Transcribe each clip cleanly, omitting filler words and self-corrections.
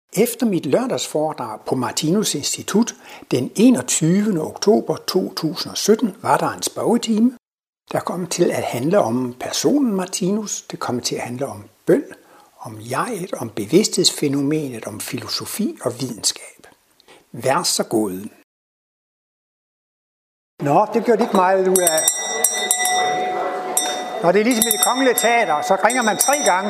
Efter mit lørdagsforedrag på Martinus Institut den 21. oktober 2017 var der en spørgetime, der kom til at handle om personen Martinus. Det kom til at handle om bøn, om jeget, om bevidsthedsfænomenet, om filosofi og videnskab. Vær så god. Nå, det gør det ikke meget ud af. Når det er ligesom i Det Kongelige Teater, så ringer man 3 gange.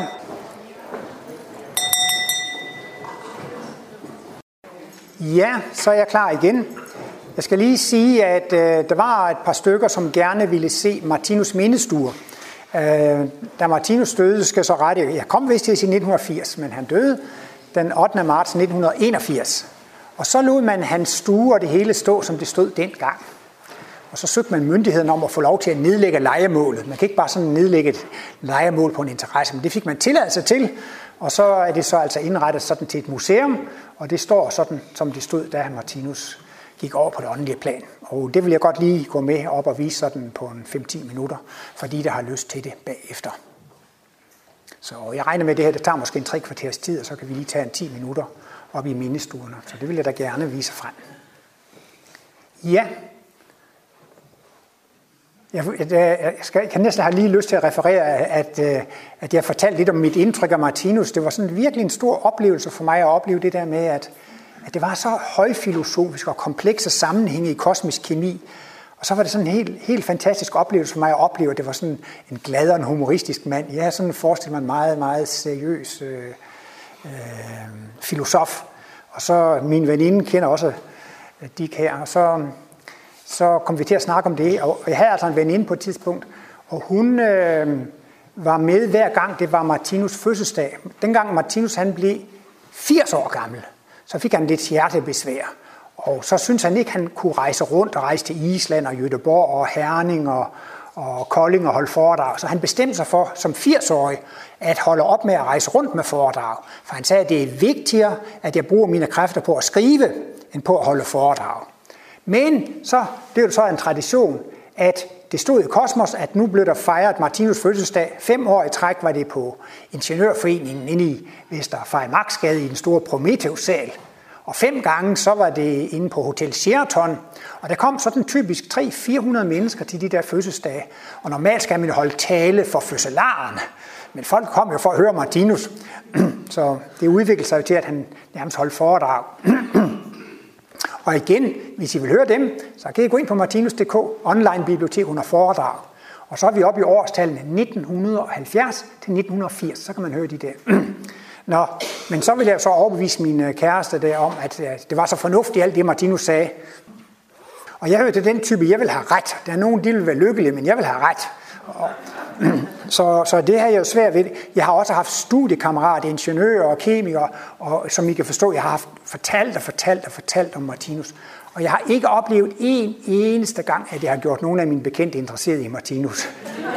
Ja, så er jeg klar igen. Jeg skal lige sige, at der var et par stykker, som gerne ville se Martinus mindestuer. Da Martinus døde, skal så rette. Jeg kom vist til at sige 1980, men han døde den 8. marts 1981. Og så lod man hans stue og det hele stå, som det stod dengang. Og så søgte man myndigheden om at få lov til at nedlægge lejemålet. Man kan ikke bare sådan nedlægge et lejemål på en interesse, men det fik man tilladelse til. Og så er det så altså indrettet sådan til et museum, og det står sådan, som det stod, da Martinus gik over på det åndelige plan. Og det vil jeg godt lige gå med op og vise sådan på en 5-10 minutter, fordi der har lyst til det bagefter. Så jeg regner med, at det her det tager måske en 3 kvarters tid, og så kan vi lige tage en 10 minutter op i mindestuerne. Så det vil jeg da gerne vise frem. Ja. Jeg kan næsten have lige lyst til at referere, at jeg fortalte lidt om mit indtryk af Martinus. Det var sådan virkelig en stor oplevelse for mig at opleve det der med, at det var så højfilosofisk og komplekse sammenhænge i kosmisk kemi. Og så var det sådan en helt fantastisk oplevelse for mig at opleve, at det var sådan en glad og en humoristisk mand. Jeg sådan forestiller mig en meget, meget seriøs filosof. Og så min veninde kender også Dick her, og så kom vi til at snakke om det, og jeg havde altså en veninde på et tidspunkt, og hun var med hver gang det var Martinus' fødselsdag. Dengang Martinus han blev 80 år gammel, så fik han lidt hjertebesvær, og så syntes han ikke, han kunne rejse rundt og rejse til Island og Göteborg og Herning og Kolding og holde foredrag. Så han bestemte sig for, som 80-årig, at holde op med at rejse rundt med foredrag. For han sagde, at det er vigtigere, at jeg bruger mine kræfter på at skrive, end på at holde foredrag. Men så blev det så en tradition, at det stod i Kosmos, at nu blev der fejret Martinus' fødselsdag. 5 år i træk var det på Ingeniørforeningen inde i Vester Farimagsgade i den store Prometheus-sal. Og 5 gange så var det inde på Hotel Sheraton. Og der kom sådan typisk 300-400 mennesker til de der fødselsdage. Og normalt skal man holde tale for fødselaren. Men folk kom jo for at høre Martinus. Så det udviklede sig til, at han nærmest holdt foredrag. Og igen, hvis I vil høre dem, så kan I gå ind på martinus.dk, online bibliotek under foredrag. Og så er vi oppe i årstallene 1970 til 1980, så kan man høre de der. Nå, men så vil jeg så overbevise min kæreste der om, at det var så fornuftigt alt det, Martinus sagde. Og jeg hørte den type, jeg vil have ret. Der er nogen, de vil være lykkelige, men jeg vil have ret. Så det har jeg jo svært ved. Jeg har også haft studiekammerater, ingeniører og kemikere, og som I kan forstå, jeg har haft fortalt om Martinus. Og jeg har ikke oplevet en eneste gang, at jeg har gjort nogen af mine bekendte interesseret i Martinus.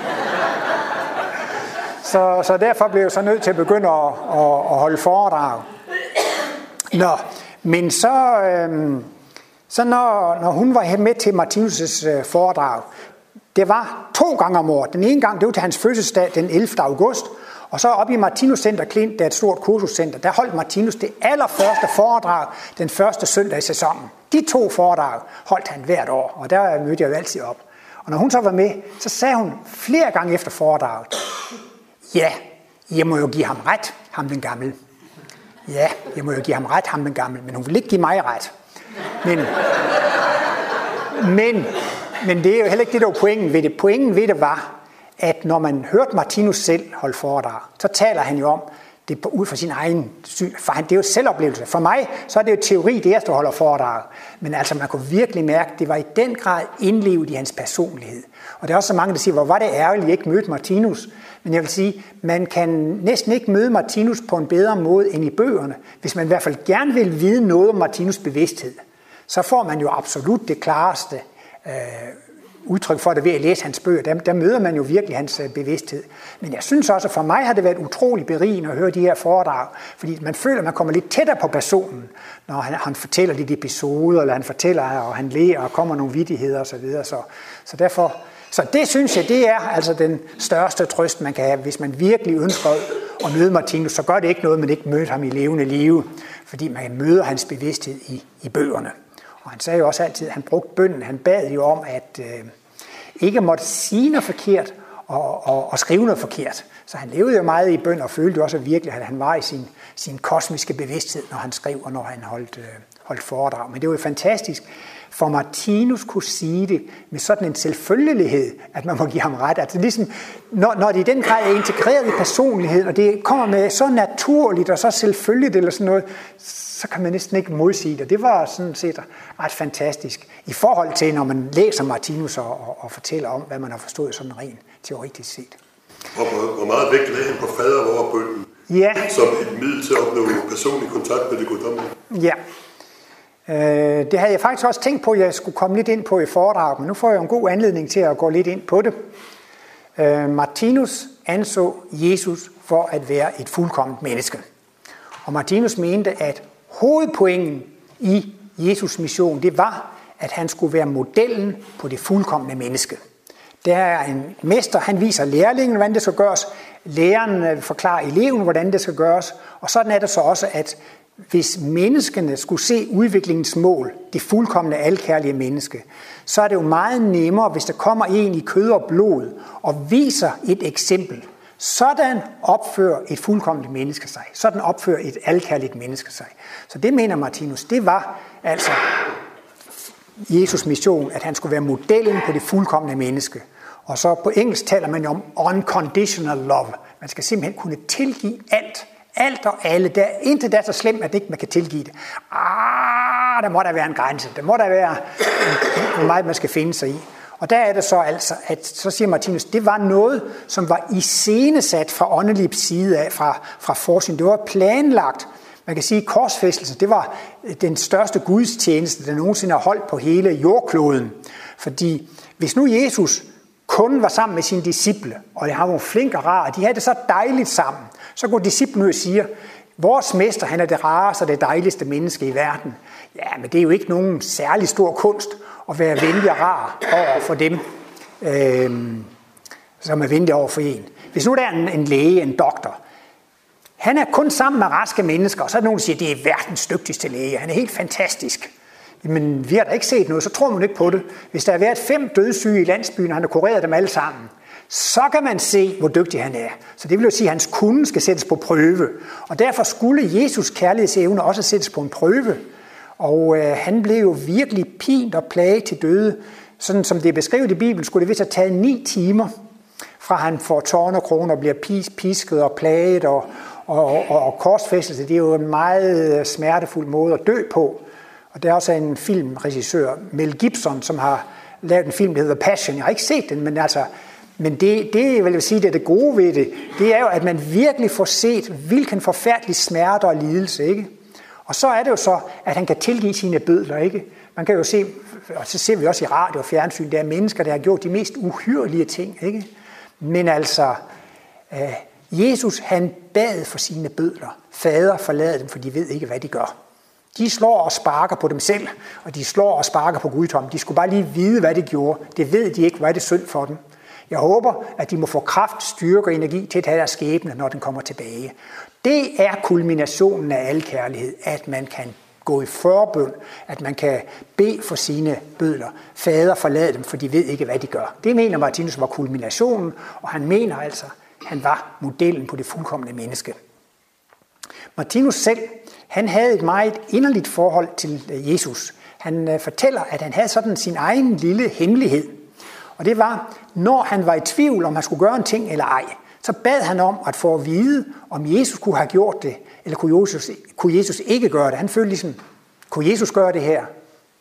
Så derfor blev jeg så nødt til at begynde at holde foredrag. Nå, men så når hun var med til Martinus' foredrag, det var 2 gange om året. Den ene gang, det var til hans fødselsdag den 11. august, og så oppe i Martinus Center Klint, der er et stort kursuscenter, der holdt Martinus det allerførste foredrag den første søndag i sæsonen. De 2 foredrag holdt han hvert år, og der mødte jeg jo altid op. Og når hun så var med, så sagde hun flere gange efter foredraget, ja, jeg må jo give ham ret, ham den gamle. Ja, jeg må jo give ham ret, ham den gamle, men hun ville ikke give mig ret. Men det er jo heller ikke det, der var pointen ved det. Pointen ved det var, at når man hørte Martinus selv holde foredrag, så taler han jo om det ud fra sin egen syn. For det er jo selvoplevelse. For mig, så er det jo teori, det er, der holder foredrag. Men altså, man kunne virkelig mærke, at det var i den grad indlevet i hans personlighed. Og der er også så mange, der siger, hvor var det ærgerligt, at jeg ikke mødte Martinus. Men jeg vil sige, man kan næsten ikke møde Martinus på en bedre måde end i bøgerne. Hvis man i hvert fald gerne vil vide noget om Martinus' bevidsthed, så får man jo absolut det klareste udtryk for det ved at læse hans bøger. Der møder man jo virkelig hans bevidsthed. Men jeg synes også, at for mig har det været utrolig berigende at høre de her foredrag, fordi man føler, at man kommer lidt tættere på personen, når han fortæller lidt episoder, eller han fortæller, og han lærer, og kommer nogle vittigheder osv. Så derfor Så det synes jeg, det er altså den største trøst, man kan have. Hvis man virkelig ønsker at møde Martinus, så gør det ikke noget, man ikke møder ham i levende live, fordi man møder hans bevidsthed i bøgerne. Og han sagde jo også altid, at han brugte bønnen, han bad jo om, at ikke måtte sige noget forkert og skrive noget forkert. Så han levede jo meget i bøn og følte jo også virkelig, at han var i sin kosmiske bevidsthed, når han skrev og når han holdt foredrag. Men det var jo fantastisk, for Martinus kunne sige det med sådan en selvfølgelighed, at man må give ham ret. Altså ligesom, når det i den grad er integreret i personligheden, og det kommer med så naturligt og så selvfølgeligt eller sådan noget, så kan man næsten ikke modsige det. Det var sådan set ret fantastisk i forhold til, når man læser Martinus og fortæller om, hvad man har forstået sådan rent teoretisk set. Hvor meget vægt lagde han på fadervorbønnen, som et middel til at opnå personlig kontakt med det guddommelige? Ja. Det havde jeg faktisk også tænkt på, at jeg skulle komme lidt ind på i foredraget, men nu får jeg en god anledning til at gå lidt ind på det. Martinus anså Jesus for at være et fuldkomment menneske. Og Martinus mente, at hovedpointen i Jesus mission, det var, at han skulle være modellen på det fuldkomne menneske. Der er en mester, han viser lærlingen, hvordan det skal gøres. Læreren forklarer eleven, hvordan det skal gøres. Og sådan er det så også, at hvis menneskene skulle se udviklingens mål, det fuldkomne alkærlige menneske, så er det jo meget nemmere, hvis der kommer en i kød og blod og viser et eksempel. Sådan opfører et fuldkomment menneske sig. Sådan opfører et alkærligt menneske sig. Så det mener Martinus, det var altså Jesus' mission, at han skulle være modellen på det fuldkomne menneske. Og så på engelsk taler man jo om unconditional love. Man skal simpelthen kunne tilgive alt. Alt og alle. Der er intet, der er så slemt, at ikke man kan tilgive det. Der må der være en grænse. Der må der være hvor meget, man skal finde sig i. Og der er det så altså, at så siger Martinus, det var noget, som var iscenesat fra åndelig side af, fra forsyn. Det var planlagt. Man kan sige, at korsfæstelse, det var den største gudstjeneste, der nogensinde har holdt på hele jordkloden. Fordi hvis nu Jesus kun var sammen med sine disciple, og han var flink og rar, og de havde det så dejligt sammen, så går disciplen ud og siger, vores mester, han er det rareste og det dejligste menneske i verden. Ja, men det er jo ikke nogen særlig stor kunst at være venlig og rar over for dem, som er venlige over for en. Hvis nu der er en læge, en doktor, han er kun sammen med raske mennesker, og så er der nogen, der siger, det er verdens dygtigste læge, han er helt fantastisk. Men vi har da ikke set noget, så tror man ikke på det. Hvis der har været 5 dødssyge i landsbyen, og han har kureret dem alle sammen, så kan man se, hvor dygtig han er. Så det vil jo sige, at hans kunde skal sættes på prøve. Og derfor skulle Jesus' kærlighedsevne også sættes på en prøve. Og han blev jo virkelig pint og plaget til døde. Sådan som det er beskrevet i Bibelen, skulle det vist have taget 9 timer, fra han får tårn og kroner og bliver pisket og plaget og korsfæstelse. Det er jo en meget smertefuld måde at dø på. Og der er også en filmregissør, Mel Gibson, som har lavet en film, der hedder Passion. Jeg har ikke set den, men det vil jeg sige, det er det gode ved det. Det er jo, at man virkelig får set, hvilken forfærdelig smerte og lidelse, ikke? Og så er det jo så, at han kan tilgive sine bødler, ikke? Man kan jo se, og så ser vi også i radio og fjernsyn, der er mennesker, der har gjort de mest uhyrlige ting, ikke? Men altså, Jesus, han bad for sine bødler. Fader, forlad dem, for de ved ikke, hvad de gør. De slår og sparker på dem selv, og de slår og sparker på guddommen. De skulle bare lige vide, hvad de gjorde. Det ved de ikke, hvad det er synd for dem. Jeg håber, at de må få kraft, styrke og energi til at have deres skæbne, når den kommer tilbage. Det er kulminationen af al kærlighed, at man kan gå i forbøn, at man kan bede for sine bødler. Fader, forlad dem, for de ved ikke, hvad de gør. Det mener Martinus var kulminationen, og han mener altså, at han var modellen på det fuldkomne menneske. Martinus selv, han havde et meget inderligt forhold til Jesus. Han fortæller, at han havde sådan sin egen lille hemmelighed. Og det var, når han var i tvivl, om han skulle gøre en ting eller ej, så bad han om at få at vide, om Jesus kunne have gjort det, eller kunne Jesus ikke gøre det. Han følte ligesom, kunne Jesus gøre det her?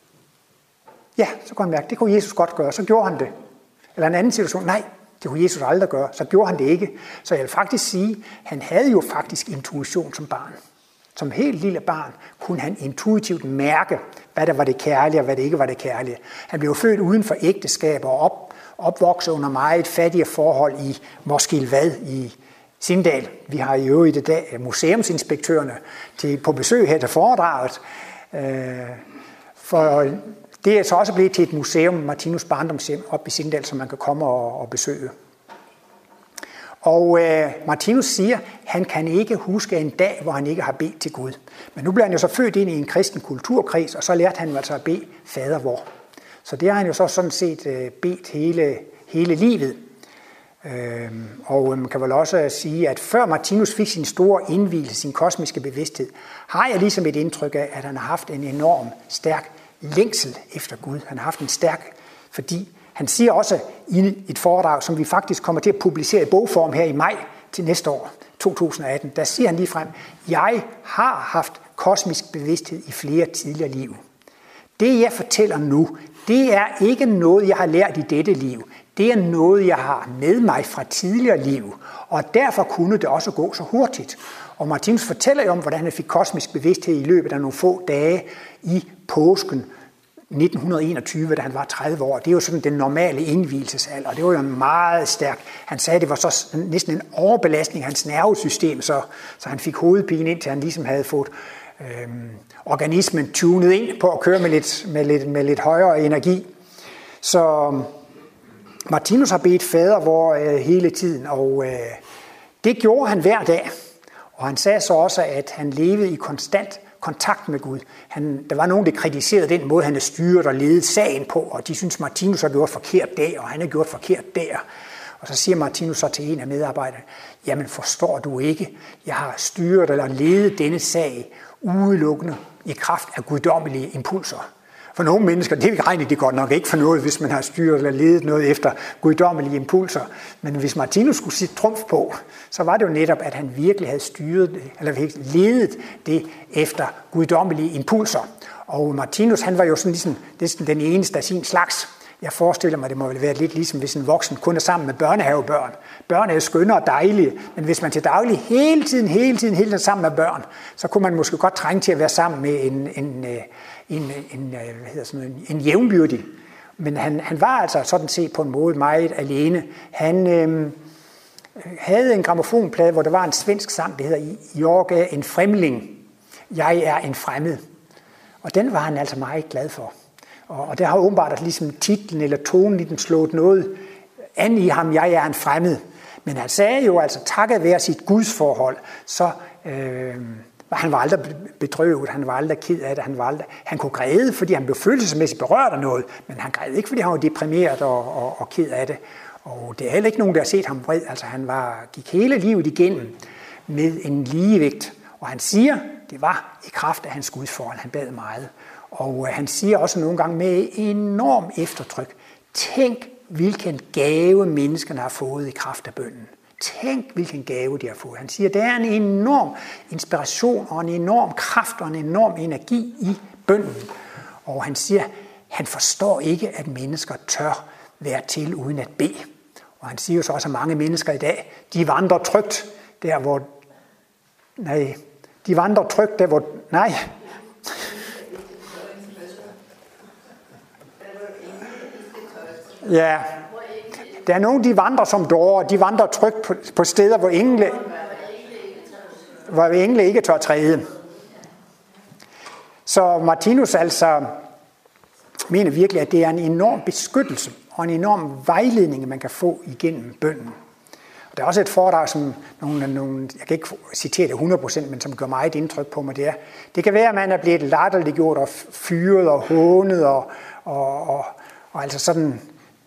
Ja, så kunne han mærke, det kunne Jesus godt gøre, så gjorde han det. Eller en anden situation, nej, det kunne Jesus aldrig gøre, så gjorde han det ikke. Så jeg vil faktisk sige, han havde jo faktisk intuition som barn. Som helt lille barn kunne han intuitivt mærke, hvad der var det kærlige og hvad det ikke var det kærlige. Han blev født uden for ægteskab og opvokset under meget fattige forhold i Moskilvad i Sindal. Vi har i øvrigt i dag museumsinspektørerne på besøg her til foredraget. For Det er så også blevet til et museum, Martinus Barndomshjem, oppe i Sindal, som man kan komme og besøge. Og Martinus siger, at han kan ikke huske en dag, hvor han ikke har bedt til Gud. Men nu blev han jo så født ind i en kristen kulturkreds, og så lærte han altså at bede fader vor. Så det har han jo så sådan set bedt hele livet. Og man kan vel også sige, at før Martinus fik sin store indvielse, sin kosmiske bevidsthed, har jeg ligesom et indtryk af, at han har haft en enorm stærk længsel efter Gud. Han har haft en stærk, fordi han siger også i et foredrag, som vi faktisk kommer til at publicere i bogform her i maj til næste år, 2018, der siger han ligefrem, jeg har haft kosmisk bevidsthed i flere tidligere liv. Det jeg fortæller nu, det er ikke noget, jeg har lært i dette liv. Det er noget, jeg har med mig fra tidligere liv, og derfor kunne det også gå så hurtigt. Og Martinus fortæller jo om, hvordan han fik kosmisk bevidsthed i løbet af nogle få dage i påsken 1921, da han var 30 år. Det er jo sådan den normale indvielsesalder, og det var jo meget stærkt. Han sagde, at det var så næsten en overbelastning af hans nervesystem, så han fik hovedpine, indtil han ligesom havde fået organismen tunet ind på at køre med lidt højere energi. Så Martinus har bedt fader vor hele tiden, og det gjorde han hver dag. Og han sagde så også, at han levede i konstant kontakt med Gud. Der var nogen, der kritiserede den måde, han havde styret og ledet sagen på, og de synes Martinus har gjort forkert der, og han har gjort forkert der. Og så siger Martinus så til en af medarbejderne, jamen forstår du ikke, jeg har styret eller ledet denne sag udelukkende i kraft af guddommelige impulser. For nogle mennesker, det regner de godt nok ikke for noget, hvis man har styret eller ledet noget efter guddommelige impulser. Men hvis Martinus skulle sætte trumf på, så var det jo netop, at han virkelig havde styret det, eller ledet det efter guddommelige impulser. Og Martinus, han var jo sådan ligesom næsten den eneste af sin slags. Jeg forestiller mig, det må vel være lidt ligesom, hvis en voksen kun er sammen med børnehavebørn. Børn er jo skønne og dejlige, men hvis man til daglig hele tiden sammen med børn, så kunne man måske godt trænge til at være sammen med en jævnbyrdig. Men han var altså sådan set på en måde meget alene. Han havde en grammofonplade, hvor der var en svensk sang, der hedder Jeg er en fremling, jeg er en fremmed. Og den var han altså meget glad for. Og der har åbenbart ligesom titlen eller tonen i den slået noget an i ham, jeg er en fremmed. Men han sagde jo altså, takket være sit gudsforhold, så han var aldrig bedrøvet, han var aldrig ked af det, han kunne græde, fordi han blev følelsesmæssigt berørt af noget, men han græd ikke, fordi han var deprimeret og ked af det. Og det er heller ikke nogen, der har set ham vred. Altså han gik hele livet igennem med en ligevægt. Og han siger, det var i kraft af hans gudsforhold, han bad meget. Og han siger også nogle gange med enorm eftertryk, tænk hvilken gave menneskerne har fået i kraft af bønnen. Tænk hvilken gave de har fået. Han siger, der er en enorm inspiration og en enorm kraft og en enorm energi i bønnen. Og han siger, han forstår ikke, at mennesker tør være til uden at bede. Og han siger jo så også, at mange mennesker i dag, de vandrer trygt der, hvor... Ja, der er nogen, de vandrer som dårer, de vandrer trygt på steder, hvor engle ikke tør træde. Så Martinus altså mener virkelig, at det er en enorm beskyttelse og en enorm vejledning, man kan få igennem bønnen. Og der er også et foredrag, som nogle jeg kan ikke citere det 100%, men som gør meget indtryk på mig, det kan være, at man er blevet latterliggjort og fyret og hånet og altså sådan,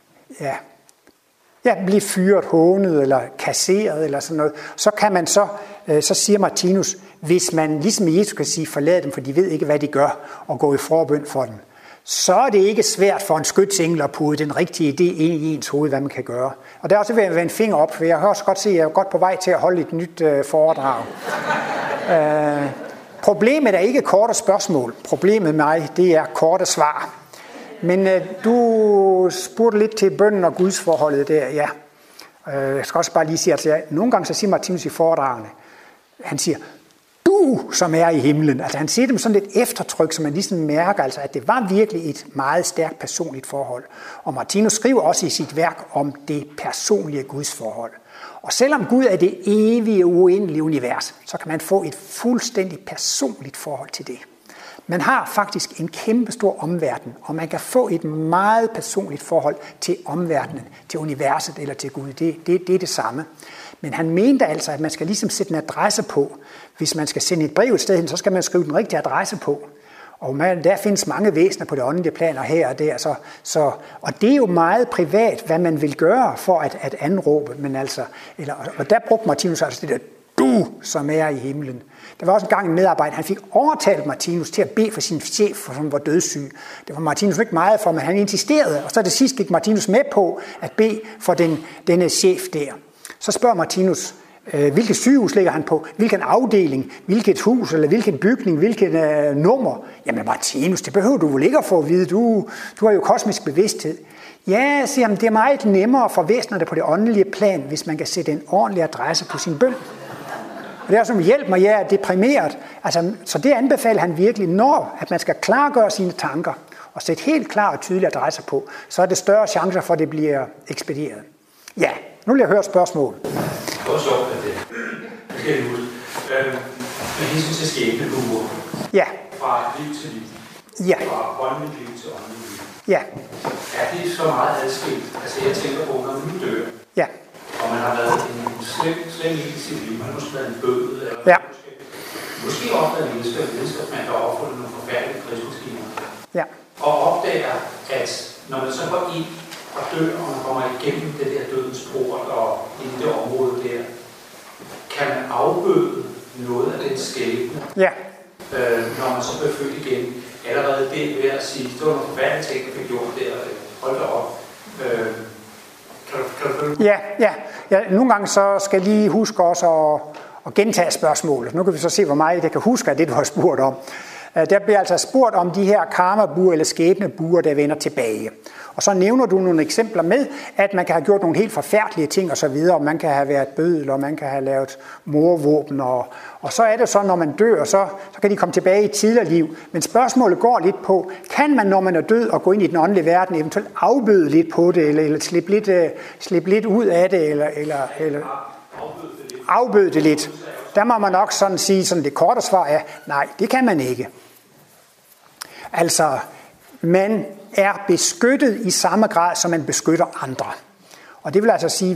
blive fyret, hånet eller kasseret eller sådan noget. Så kan man så siger Martinus, hvis man ligesom Jesus kan sige, forlad dem, for de ved ikke, hvad de gør, og gå i forbøn for dem, så er det ikke svært for en skytsengel at putte den rigtige idé ind i ens hoved, hvad man kan gøre. Og der er også ved at være en finger op, for jeg kan også godt se, at jeg er godt på vej til at holde et nyt foredrag. Problemet er ikke korte spørgsmål. Problemet med mig, det er korte svar. Men du spurgte lidt til bønnen og gudsforholdet der, ja. Jeg skal også bare lige sige, at nogle gange så siger Martinus i foredragene, han siger, du som er i himlen. Altså han siger dem sådan lidt eftertryk, så man ligesom mærker, altså, at det var virkelig et meget stærkt personligt forhold. Og Martinus skriver også i sit værk om det personlige gudsforhold. Og selvom Gud er det evige, uendelige univers, så kan man få et fuldstændig personligt forhold til det. Man har faktisk en kæmpe stor omverden, og man kan få et meget personligt forhold til omverdenen, til universet eller til Gud. Det er det samme. Men han mente altså, at man skal ligesom sætte en adresse på. Hvis man skal sende et brev et sted hen, så skal man skrive den rigtige adresse på. Og der findes mange væsener på det åndelige plan og her og der. Og det er jo meget privat, hvad man vil gøre for at anråbe. Men altså, og der brugte Martinus altså det der du, som er i himlen. Der var også en gang en medarbejder, han fik overtalt Martinus til at bede for sin chef, som var dødssyg. Det var Martinus ikke meget for, men han insisterede. Og så til sidst gik Martinus med på at bede for denne chef der. Så spørger Martinus, hvilket sygehus ligger han på, hvilken afdeling, hvilket hus, eller hvilken bygning, hvilket nummer. Jamen Martinus, det behøver du vel ikke at få at vide, du har jo kosmisk bevidsthed. Ja, siger han, det er meget nemmere for væsenerne på det åndelige plan, hvis man kan sætte en ordentlig adresse på sin bøn. Og det er som hjælp mig, jeg er deprimeret. Altså, så det anbefaler han virkelig, når at man skal klargøre sine tanker og sætte helt klar og tydelige adresser på, så er det større chancer for, at det bliver ekspederet. Ja, nu vil jeg høre spørgsmål. Det var sjovt, at det skal jeg huske. Med hensyn til skæbnebuer. Ja. Fra liv til liv. Ja. Fra åndeligt liv til åndeligt liv. Ja. Er det så meget adskilt? Altså jeg tænker på, når man dør. Ja. Og man har været en slem i sit liv. Man har måske været en bøde. Eller ja. Måske også en videnskabsmand, der har opfundet nogle forfærdelige krigsmaskiner. Ja. Og opdager, at når man så går ind og dør, og man kommer igennem det der dødens port og i det område der, kan man afbøde noget af den skæbne, ja. Når man så bliver født igen. Allerede det ved at sige, det var nogle forfærdelige ting, der fik gjort der, hold da op. Kan du følge? Ja. Nogle gange så skal jeg lige huske også at gentage spørgsmålet. Nu kan vi så se, hvor meget jeg kan huske af det, du har spurgt om. Der bliver altså spurgt om de her karmabuer eller skæbnebuer, der vender tilbage. Og så nævner du nogle eksempler med, at man kan have gjort nogle helt forfærdelige ting og så videre. Man kan have været bødel, og man kan have lavet mordvåben. Og så er det så, når man dør, så kan de komme tilbage i et tidligere liv. Men spørgsmålet går lidt på, kan man, når man er død og gå ind i den åndelige verden, eventuelt afbøde lidt på det, eller slippe lidt ud af det, eller afbøde det lidt. Der må man nok sådan sige, sådan det korte svar er, nej, det kan man ikke. Altså, man er beskyttet i samme grad, som man beskytter andre. Og det vil altså sige,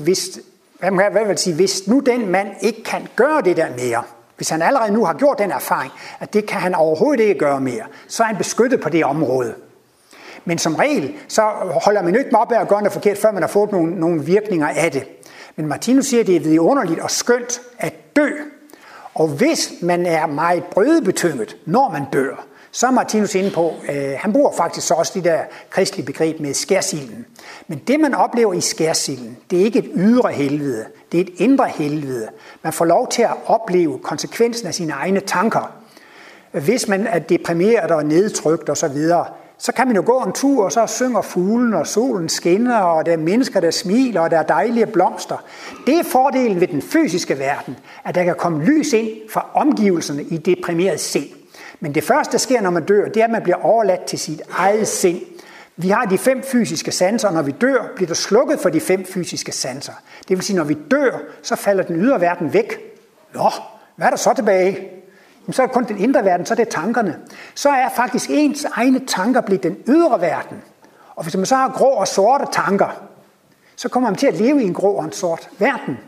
hvis nu den mand ikke kan gøre det der mere, hvis han allerede nu har gjort den erfaring, at det kan han overhovedet ikke gøre mere, så er han beskyttet på det område. Men som regel, så holder man ikke op med at gøre noget forkert, før man har fået nogle virkninger af det. Men Martinus siger, at det er vidunderligt og skønt at dø. Og hvis man er meget brødebetynget, når man dør, så er Martinus inde på, han bruger faktisk så også det der kristelige begreb med skærsilden. Men det man oplever i skærsilden, det er ikke et ydre helvede, det er et indre helvede. Man får lov til at opleve konsekvensen af sine egne tanker. Hvis man er deprimeret og nedtrykt osv., så kan man jo gå en tur, og så synger fuglen, og solen skinner, og der er mennesker, der smiler, og der er dejlige blomster. Det er fordelen ved den fysiske verden, at der kan komme lys ind fra omgivelserne i deprimeret sind. Men det første, der sker, når man dør, det er, at man bliver overladt til sit eget sind. Vi har de 5 fysiske sanser, og når vi dør, bliver der slukket for de 5 fysiske sanser. Det vil sige, når vi dør, så falder den ydre verden væk. Nå, hvad er der så tilbage? Jamen, så er det kun den indre verden, så er det tankerne. Så er faktisk ens egne tanker blevet den ydre verden. Og hvis man så har grå og sorte tanker, så kommer man til at leve i en grå og en sort verden.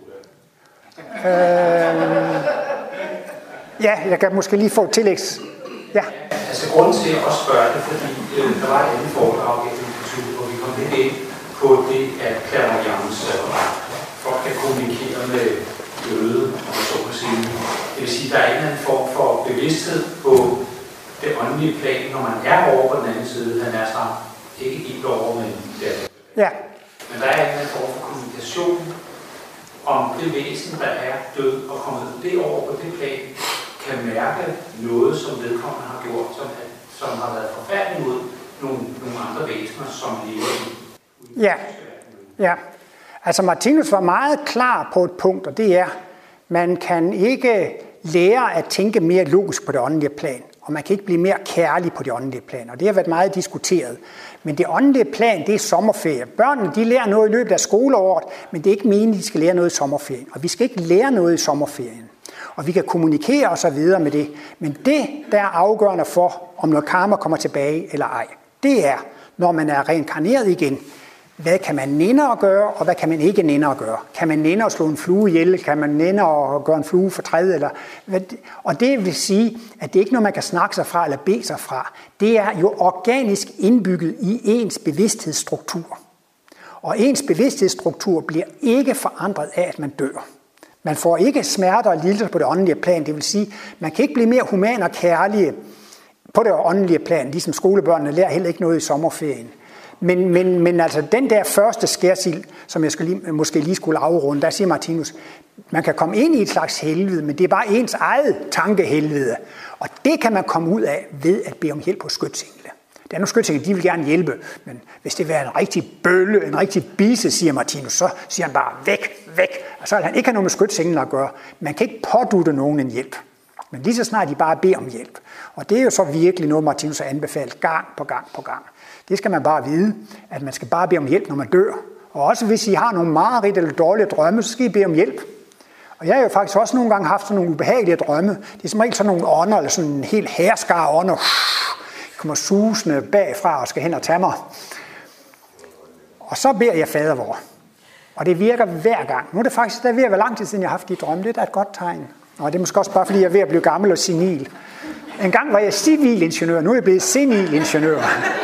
Ja, jeg kan måske lige få et tillægs. Ja. Altså grunden til at også spørge det, fordi der var et andet foredrag i kultur, hvor vi kom lidt ind på det, at clairvoyance folk kan kommunikere med døde, og så på sige. Det vil sige, at der er en eller anden form for bevidsthed på det åndelige plan, når man er over på den anden side. Han er så ikke helt over, men der. Ja. Men der er en eller anden form for kommunikation om det væsen, der er død og kommet det over på det plan, kan mærke noget, som vedkommende har gjort, som har været forfærdeligt mod nogle andre væsener, som lever i. Ja. Altså Martinus var meget klar på et punkt, og det er, man kan ikke lære at tænke mere logisk på det åndelige plan, og man kan ikke blive mere kærlig på det åndelige plan, og det har været meget diskuteret. Men det åndelige plan, det er sommerferie. Børnene, de lærer noget i løbet af skoleåret, men det er ikke meningen, de skal lære noget i sommerferien, og vi skal ikke lære noget i sommerferien. og vi kan kommunikere og så videre med det. Men det, der er afgørende for, om noget karma kommer tilbage eller ej, det er, når man er reinkarneret igen, hvad kan man nænde at gøre, og hvad kan man ikke nænde at gøre? Kan man nænde at slå en flue ihjel? Kan man nænde at gøre en flue fortræd? Eller og det vil sige, at det ikke er noget, man kan snakke sig fra eller bede sig fra. Det er jo organisk indbygget i ens bevidsthedsstruktur. Og ens bevidsthedsstruktur bliver ikke forandret af, at man dør. Man får ikke smerter og lidelser på det åndelige plan. Det vil sige, man kan ikke blive mere human og kærlig på det åndelige plan, ligesom skolebørnene lærer heller ikke noget i sommerferien. Men altså den der første skærsild, som jeg måske lige skulle afrunde, der siger Martinus, man kan komme ind i et slags helvede, men det er bare ens eget tankehelvede. Og det kan man komme ud af ved at bede om hjælp hos skytsengle. Der er nogle skytsengle, de vil gerne hjælpe, men hvis det vil være en rigtig bølle, en rigtig bise, siger Martinus, så siger han bare væk. Og så vil han ikke have noget med skytsenglen at gøre. Man kan ikke pådutte nogen en hjælp. Men lige så snart de bare beder om hjælp. Og det er jo så virkelig noget, Martinus har anbefalet gang på gang. Det skal man bare vide, at man skal bare bede om hjælp, når man dør. Og også hvis I har nogle mareridt eller dårlige drømme, så skal I bede om hjælp. Og jeg har jo faktisk også nogle gange haft sådan nogle ubehagelige drømme. Det er som regel sådan nogle ånder, eller sådan en helt herskare ånder, kommer susende bagfra og skal hen og tage mig. Og så beder jeg fader vor. Og det virker hver gang. Nu er det faktisk, der ved at være lang tid siden, jeg har haft de drømme. Det er et godt tegn. Og det er måske også bare, fordi jeg er ved at blive gammel og senil. En gang var jeg civilingeniør, nu er jeg blevet senilingeniør.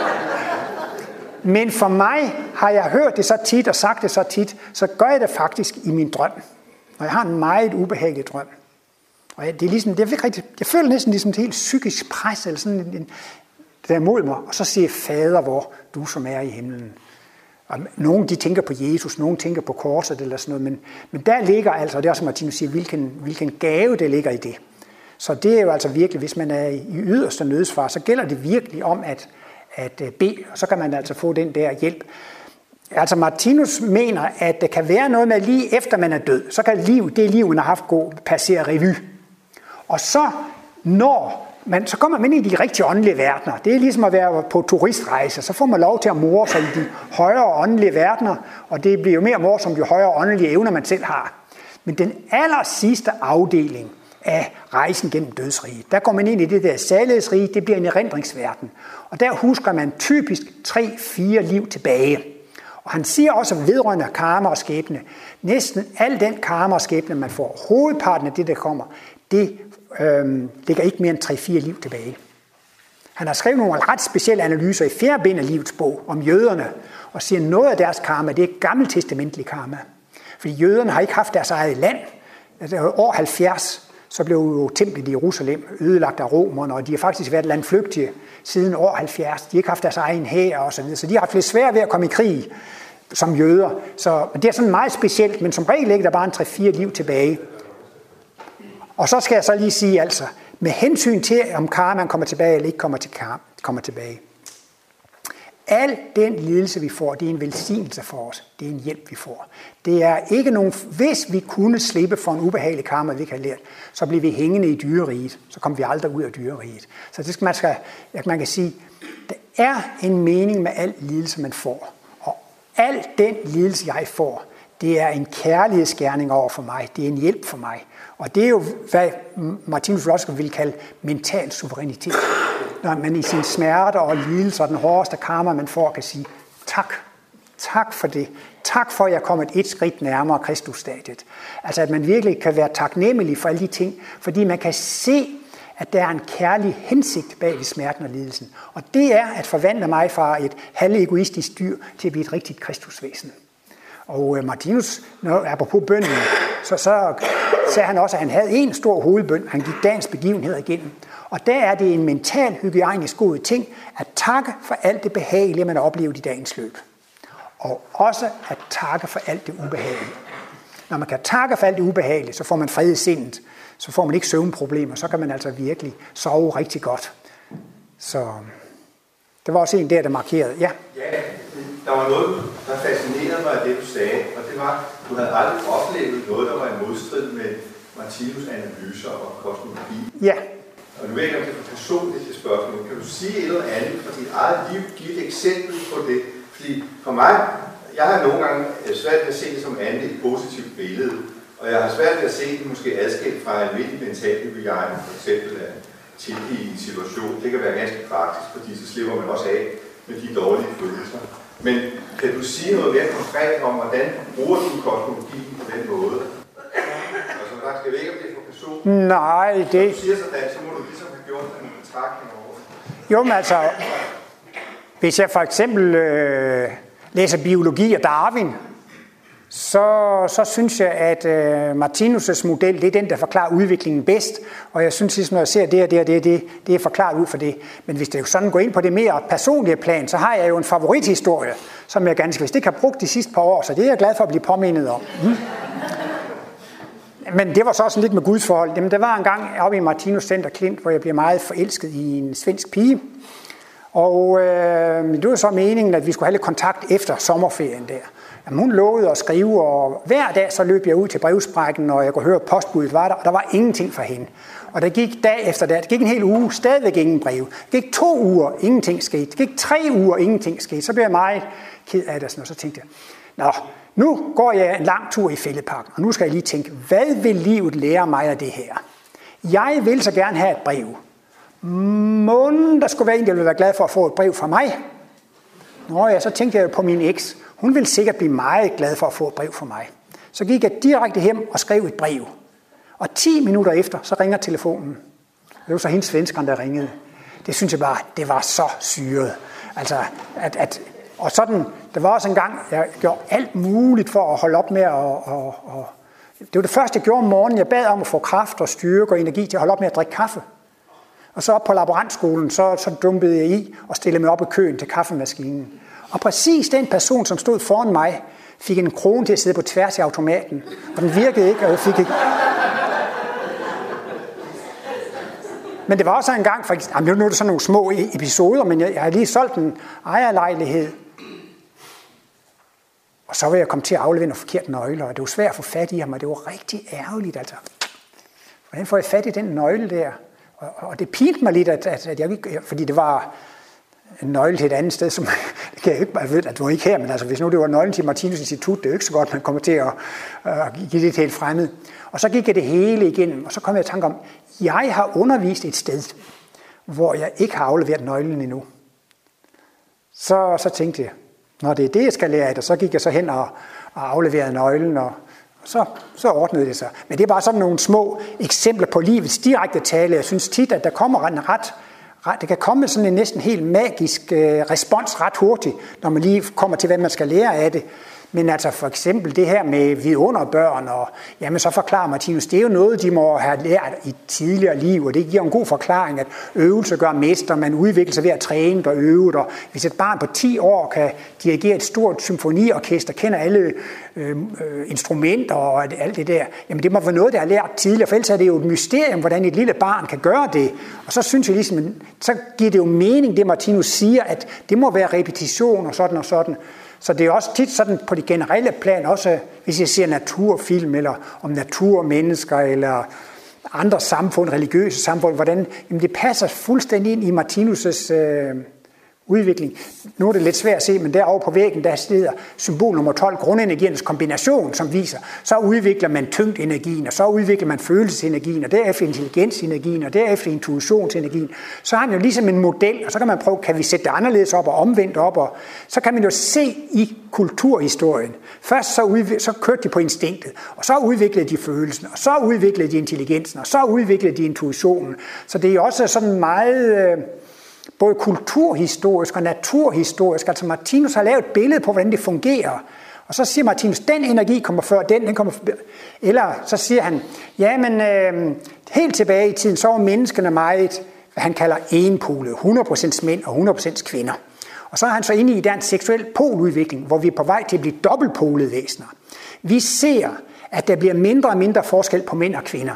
Men for mig har jeg hørt det så tit og sagt det så tit, så gør jeg det faktisk i min drøm. Og jeg har en meget ubehagelig drøm. Og det er ligesom, jeg føler næsten ligesom et helt psykisk pres, eller sådan en, der mod mig. Og så siger jeg, fader vor, du som er i himlen. Og nogle de tænker på Jesus, nogle tænker på korset eller sådan noget. Men der ligger altså, og det er også Martinus siger, hvilken gave det ligger i det. Så det er jo altså virkelig, hvis man er i yderste nødsfare, så gælder det virkelig om at bede, og så kan man altså få den der hjælp. Altså Martinus mener, at det kan være noget med, lige efter man er død, så kan det liv, man har haft, passere revy. Og så så kommer man ind i de rigtige åndelige verdener. Det er ligesom at være på turistrejse. Så får man lov til at more sig i de højere åndelige verdener, og det bliver jo mere morsomt, jo højere åndelige evner man selv har. Men den aller sidste afdeling af rejsen gennem dødsriget, der går man ind i det der salighedsrige, det bliver en erindringsverden. Og der husker man typisk 3-4 liv tilbage. Og han siger også vedrørende karma og skæbne, næsten al den karma og skæbne, man får, hovedparten af det, der kommer, det ligger ikke mere end 3-4 liv tilbage. Han har skrevet nogle ret specielle analyser i 4. bind af livets bog om jøderne, og siger, at noget af deres karma, det er gammeltestamentlig karma. Fordi jøderne har ikke haft deres eget land. År 70, så blev jo templet i Jerusalem ødelagt af romerne, og de har faktisk været landflygtige siden år 70. De har ikke haft deres egen hær og så videre, så de har haft lidt svært ved at komme i krig som jøder. Så det er sådan meget specielt, men som regel ligger der bare en 3-4 liv tilbage. Og så skal jeg så lige sige altså, med hensyn til, om karmaen kommer tilbage eller ikke kommer tilbage. Al den lidelse, vi får, det er en velsignelse for os. Det er en hjælp, vi får. Det er ikke nogen, hvis vi kunne slippe for en ubehagelig karma, vi ikke har lært, så bliver vi hængende i dyreriget. Så kommer vi aldrig ud af dyreriget. Så det man kan sige, der er en mening med al lidelse, man får. Og al den lidelse, jeg får, det er en kærlighedsgerning over for mig. Det er en hjælp for mig. Og det er jo, hvad Martinus også vil kalde mental suverænitet. Når man i sin smerte og lidelse og den hårdeste karma, man får, kan sige, tak. Tak for det. Tak for, at jeg er kommet et skridt nærmere Kristusstadiet. Altså, at man virkelig kan være taknemmelig for alle de ting, fordi man kan se, at der er en kærlig hensigt bag ved smerten og lidelsen. Og det er at forvandle mig fra et halvegoistisk dyr til at blive et rigtigt Kristusvæsen. Og Martinus, apropos bønnen, så sagde han også, at han havde en stor hovedbøn. Han gik dagens begivenheder igennem. Og der er det en mental, hygiejnisk god ting at takke for alt det behagelige, man har oplevet i dagens løb. Og også at takke for alt det ubehagelige. Når man kan takke for alt det ubehagelige, så får man fred i sindet. Så får man ikke søvnproblemer. Så kan man altså virkelig sove rigtig godt. Så det var også en der markerede. Ja. Ja, der var noget, der fascinerede mig af det, du sagde. Og det var, at du havde aldrig oplevet noget, der var i modstrid med Martinus' analyser og kosmologi. Ja. Og nu ved jeg ikke, om det er for personligt til spørgsmål. Kan du sige et eller andet fra dit eget liv? Giv et eksempel på det. Fordi for mig, jeg har nogle gange svært at se det som andet et positivt billede. Og jeg har svært ved at se det måske adskilt fra almindelig mental hygiejne, for eksempel at tilgive en situation. Det kan være ganske praktisk, fordi så slipper man også af med de dårlige følelser. Men kan du sige noget mere konkret om, hvordan bruger du kosmologien på den måde? Og som sagt, skal vi ikke, om det er for personen? Nej, det... Når du siger sådan, så må du ligesom have gjort en betragtning over. Jo, men altså, hvis jeg for eksempel læser biologi af Darwin, så synes jeg, at Martinus' model, det er den, der forklarer udviklingen bedst. Og jeg synes, at når jeg ser det er forklaret ud for det. Men hvis det jo sådan går ind på det mere personlige plan, så har jeg jo en favorithistorie, som jeg ganske vist ikke har brugt de sidste par år, så det er jeg glad for at blive påmindet om. Men det var så også lidt med Guds forhold. Jamen, der var en gang oppe i Martinus Center Klint, hvor jeg blev meget forelsket i en svensk pige. Og det var så meningen, at vi skulle have lidt kontakt efter sommerferien der. Jamen, hun lovede at skrive, og hver dag så løb jeg ud til brevsprækken, og jeg kunne høre, at postbuddet var der, og der var ingenting for hende. Og der gik dag efter dag, det gik en hel uge, stadigvæk ingen brev. Det gik 2 uger, ingenting skete. Det gik 3 uger, ingenting skete. Så blev jeg meget ked af det, og så tænkte jeg, nå, nu går jeg en lang tur i Fælledparken, og nu skal jeg lige tænke, hvad vil livet lære mig af det her? Jeg vil så gerne have et brev. Der skulle være en, der ville være glad for at få et brev fra mig. Nå ja, så tænkte jeg på min eks. Hun ville sikkert blive meget glad for at få et brev fra mig. Så gik jeg direkte hjem og skrev et brev. Og 10 minutter efter, så ringer telefonen. Det var så hende svenskeren, der ringede. Det synes jeg bare, det var så syret. Altså, og sådan, der var også en gang, jeg gjorde alt muligt for at holde op med det var det første, jeg gjorde om morgenen. Jeg bad om at få kraft og styrke og energi til at holde op med at drikke kaffe. Og så op på laborantskolen, så dumpede jeg i og stillede mig op i køen til kaffemaskinen. Og præcis den person, som stod foran mig, fik en krone til at sidde på tværs i automaten. Og den virkede ikke, og jeg fik ikke... Men det var også en gang, faktisk, nu er det sådan nogle små episoder, men jeg har lige solgt en ejerlejlighed. Og så var jeg kommet til at aflevere nogle forkerte nøgler, og det var svært at få fat i ham, og det var rigtig ærgerligt, altså. Hvordan får jeg fat i den nøgle der? Og det pinte mig lidt, at jeg ikke, fordi det var en nøgle til et andet sted, som det kan jeg ikke, jeg ved, at det var ikke her, men altså hvis nu det var nøglen til Martinus Institut, det er jo ikke så godt, man kommer til at give det helt fremmed. Og så gik jeg det hele igennem, og så kom jeg i tanke om, jeg har undervist et sted, hvor jeg ikke har afleveret nøglen endnu. Så tænkte jeg, når det er det, jeg skal lære af det, så gik jeg så hen og afleverede nøglen, og så ordnede det sig. Men det er bare sådan nogle små eksempler på livets direkte tale. Jeg synes tit, at der kommer en det kan komme sådan en næsten helt magisk respons ret hurtigt, når man lige kommer til, hvad man skal lære af det. Men altså for eksempel det her med vidunderbørn, og jamen så forklarer Martinus, det er jo noget, de må have lært i tidligere liv, og det giver en god forklaring, at øvelse gør mester, man udvikler sig ved at træne og øve, og hvis et barn på 10 år kan dirigere et stort symfoniorkester, kender alle instrumenter og alt det der, jamen det må være noget, der har lært tidligere, for ellers er det jo et mysterium, hvordan et lille barn kan gøre det. Og så synes jeg ligesom, så giver det jo mening, det Martinus siger, at det må være repetition og sådan og sådan. Så det er også tit sådan på det generelle plan, også hvis jeg ser naturfilm, eller om naturmennesker, eller andre samfund, religiøse samfund, hvordan jamen det passer fuldstændig ind i Martinus' udvikling. Nu er det lidt svært at se, men derovre på væggen, der sidder symbol nummer 12, grundenergiernes kombination, som viser, så udvikler man tyngdenergien, og så udvikler man følelsesenergien, og derefter intelligensenergien, og derefter intuitionsenergien. Så har man jo ligesom en model, og så kan man prøve, kan vi sætte det anderledes op og omvendt op, og så kan man jo se i kulturhistorien. Først så kørte de på instinktet, og så udviklede de følelsen, og så udviklede de intelligensen, og så udviklede de intuitionen. Så det er også sådan meget... både kulturhistorisk og naturhistorisk. Altså Martinus har lavet et billede på, hvordan det fungerer. Og så siger Martinus, den energi kommer før, den kommer før. Eller så siger han, ja, men helt tilbage i tiden, så var menneskene meget, hvad han kalder enpolet, 100% mænd og 100% kvinder. Og så er han så inde i den seksuelle poludvikling, hvor vi er på vej til at blive dobbeltpolede væsener. Vi ser, at der bliver mindre og mindre forskel på mænd og kvinder.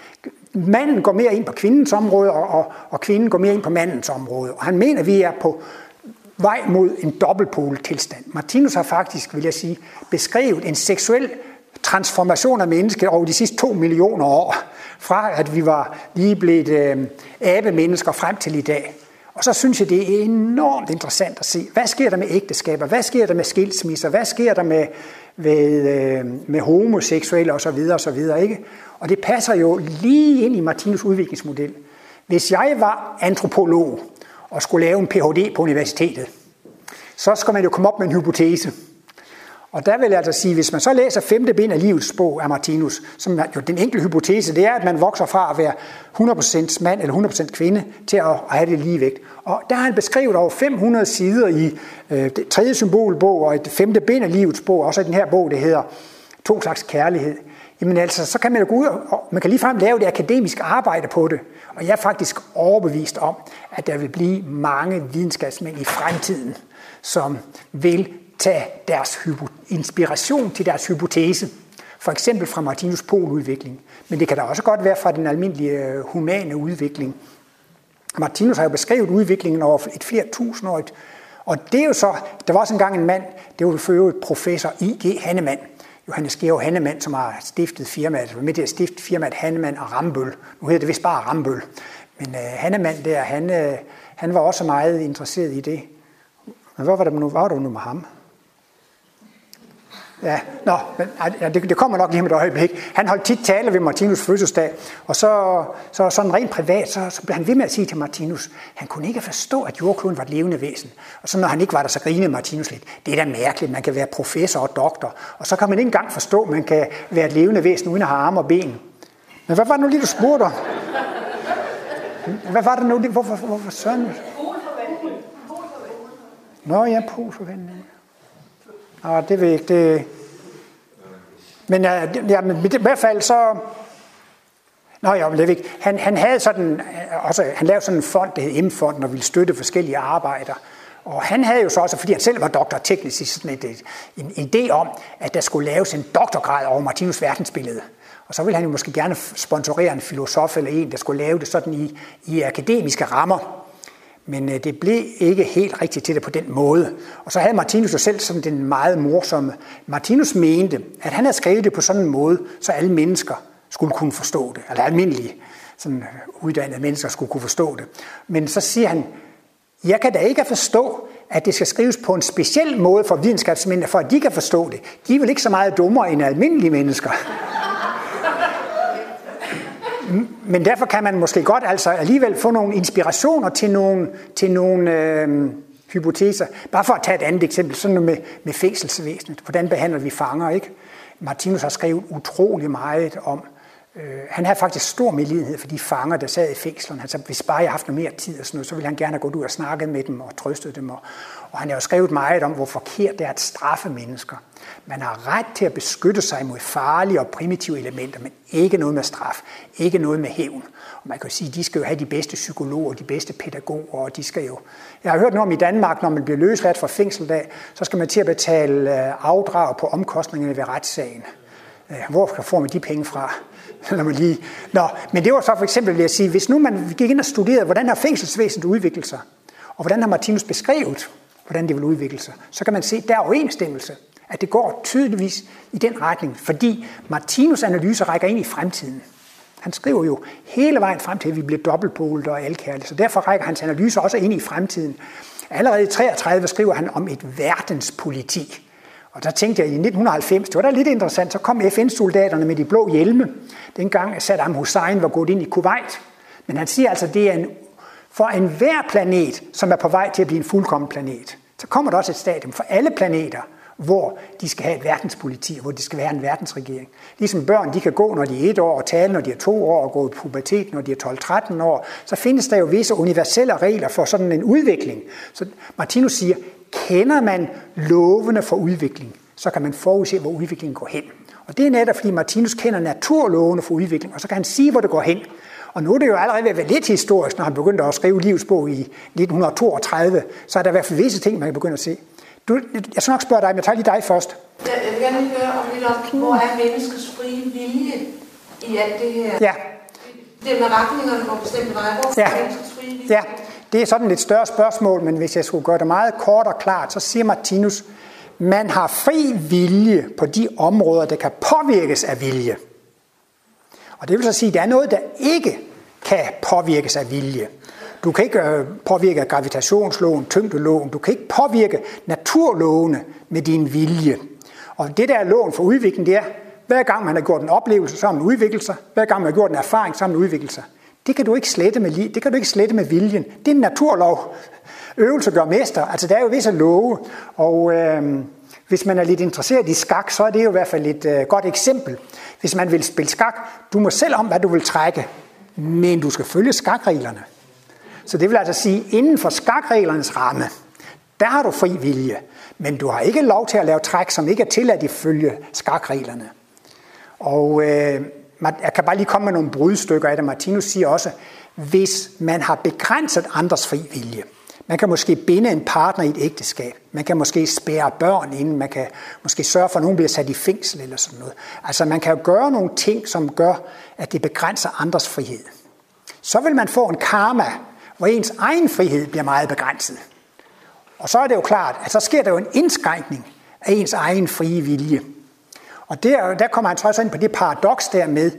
Manden går mere ind på kvindens område, og kvinden går mere ind på mandens område. Og han mener, at vi er på vej mod en dobbeltpolet tilstand. Martinus har faktisk, vil jeg sige, beskrevet en seksuel transformation af mennesket over de sidste 2 millioner år. Fra at vi var lige blevet abemennesker frem til i dag. Og så synes jeg, det er enormt interessant at se, hvad sker der med ægteskaber, hvad sker der med skilsmisser, hvad sker der med homoseksuelle osv. Ikke? Og det passer jo lige ind i Martinus' udviklingsmodel. Hvis jeg var antropolog og skulle lave en Ph.D. på universitetet, så skal man jo komme op med en hypotese. Og der vil jeg altså sige, hvis man så læser 5. bind af livets bog af Martinus, som jo den enkle hypotese, det er, at man vokser fra at være 100% mand eller 100% kvinde til at have det ligevægt. Og der har han beskrevet over 500 sider i det 3. symbolbog og et 5. bind af livets bog, også i den her bog, det hedder 2 slags kærlighed. Jamen altså, så kan man jo gå ud og man kan ligefrem lave det akademiske arbejde på det. Og jeg er faktisk overbevist om, at der vil blive mange videnskabsmænd i fremtiden, som vil tage deres inspiration til deres hypotese. For eksempel fra Martinus' poludvikling. Men det kan da også godt være fra den almindelige humane udvikling. Martinus har jo beskrevet udviklingen over et flere tusindårigt. Og det er jo så, der var også engang en mand, det var for øvrigt professor I.G. Hannemann, Johannes Georg Hannemann, som har stiftet firmaet, var med til at stifte firmaet Hannemann og Rambøll. Nu hedder det vist bare Rambøll. Men Hannemann der, han var også meget interesseret i det. Men hvad var det nu med ham? Ja, det kommer nok lige med et øjeblik. Han holdt tit taler ved Martinus' fødselsdag, og så sådan rent privat, så blev han ved med at sige til Martinus, han kunne ikke forstå, at jordkloden var et levende væsen. Og så når han ikke var der, så grinede Martinus lidt. Det er da mærkeligt, man kan være professor og doktor, og så kan man ikke engang forstå, at man kan være et levende væsen uden at have arme og ben. Men hvad var det nu lige, du spurgte om? Hvad var det nu? Hvorfor sådan? Nå ja, polforventning. Nå, det ved jeg ikke. Det... Men i hvert fald så... Nå ja, det ved ikke. Han havde sådan... han lavede sådan en fond, der hed M-fonden, og ville støtte forskellige arbejder. Og han havde jo så også, fordi han selv var doktor teknisk, sådan en idé om, at der skulle laves en doktorgrad over Martinus' verdensbillede. Og så ville han jo måske gerne sponsorere en filosof eller en, der skulle lave det sådan i akademiske rammer. Men det blev ikke helt rigtigt til det på den måde. Og så havde Martinus jo selv sådan den meget morsomme. Martinus mente, at han havde skrevet det på sådan en måde, så alle mennesker skulle kunne forstå det. Eller almindelige sådan uddannede mennesker skulle kunne forstå det. Men så siger han, jeg kan da ikke forstå, at det skal skrives på en speciel måde for videnskabsmænd, for at de kan forstå det. De er vel ikke så meget dummere end almindelige mennesker. Men derfor kan man måske godt altså alligevel få nogle inspirationer til nogle hypoteser. Bare for at tage et andet eksempel, sådan noget med fængselsvæsenet. Hvordan behandler vi fanger, ikke? Martinus har skrevet utrolig meget om. Han havde faktisk stor medlidenhed for de fanger, der sad i fængslerne. Han sagde, hvis bare jeg havde haft noget mere tid og sådan noget, så ville han gerne have gået ud og snakket med dem og trøstet dem. Og han har jo skrevet meget om, hvor forkert det er at straffe mennesker. Man har ret til at beskytte sig mod farlige og primitive elementer, men ikke noget med straf, ikke noget med hævn. Og man kan jo sige, at de skal jo have de bedste psykologer, de bedste pædagoger, og de skal jo... Jeg har hørt noget om i Danmark, når man bliver løsladt fra fængselsdag, så skal man til at betale afdrag på omkostningerne ved retssagen. Hvor får man de penge fra? Men det var så for eksempel, vil jeg sige, hvis nu man gik ind og studerede, hvordan har fængselsvæsenet udviklet sig, og hvordan har Martinus beskrevet, hvordan det vil udvikle sig, så kan man se, der er overensstemmelse, at det går tydeligvis i den retning, fordi Martinus' analyse rækker ind i fremtiden. Han skriver jo hele vejen frem til, at vi bliver dobbeltpolet og alkærlige, så derfor rækker hans analyse også ind i fremtiden. Allerede i 33 skriver han om et verdenspoliti. Og der tænkte jeg, i 1990, det var da lidt interessant, så kom FN-soldaterne med de blå hjelme. Dengang Saddam Hussein var gået ind i Kuwait. Men han siger altså, det er for enhver planet, som er på vej til at blive en fuldkommen planet. Så kommer der også et stadium for alle planeter, hvor de skal have et verdenspoliti, hvor de skal være en verdensregering. Ligesom børn, de kan gå, når de er 1 år, og tale, når de er 2 år, og gå i pubertet, når de er 12-13 år, så findes der jo visse universelle regler for sådan en udvikling. Så Martinus siger, kender man lovene for udvikling, så kan man forudse, hvor udviklingen går hen. Og det er netop, fordi Martinus kender naturlovene for udvikling, og så kan han sige, hvor det går hen. Og nu er det jo allerede ved at være lidt historisk, når han begyndte at skrive Livets bog i 1932, så er der i hvert fald visse ting, man kan begynde at se. Jeg skal nok spørge dig, men jeg tager lige dig først. Jeg vil gerne høre om lidt om, hvor er menneskets frie vilje i alt det her? Ja. Det med retningerne går bestemte veje. Hvor er menneskets frie vilje? Ja, det er sådan et større spørgsmål, men hvis jeg skulle gøre det meget kort og klart, så siger Martinus, man har fri vilje på de områder, der kan påvirkes af vilje. Og det vil så sige, at der er noget, der ikke kan påvirkes af vilje. Du kan ikke påvirke gravitationsloven, tyngdeloven. Du kan ikke påvirke naturlovene med din vilje. Og det der er loven for udvikling, det er, hver gang man har gjort en oplevelse, så har man udviklet sig. Hver gang man har gjort en erfaring, så har man udviklet sig. Det kan du ikke slette med liv. Det kan du ikke slette med viljen. Det er en naturlov. Øvelse gør mester. Altså, der er jo visse love. Og hvis man er lidt interesseret i skak, så er det jo i hvert fald et godt eksempel. Hvis man vil spille skak, du må selv om, hvad du vil trække, men du skal følge skakreglerne. Så det vil altså sige, inden for skakreglernes ramme, der har du fri vilje. Men du har ikke lov til at lave træk, som ikke er tilladt ifølge skakreglerne. Og jeg kan bare lige komme med nogle brudstykker af det. Martinus siger også, hvis man har begrænset andres fri vilje. Man kan måske binde en partner i et ægteskab. Man kan måske spærre børn inden. Man kan måske sørge for, at nogen bliver sat i fængsel eller sådan noget. Altså man kan jo gøre nogle ting, som gør, at det begrænser andres frihed. Så vil man få en karma, hvor ens egen frihed bliver meget begrænset. Og så er det jo klart, at så sker der jo en indskrænkning af ens egen frie vilje. Og der kommer han så ind på det paradoks der med,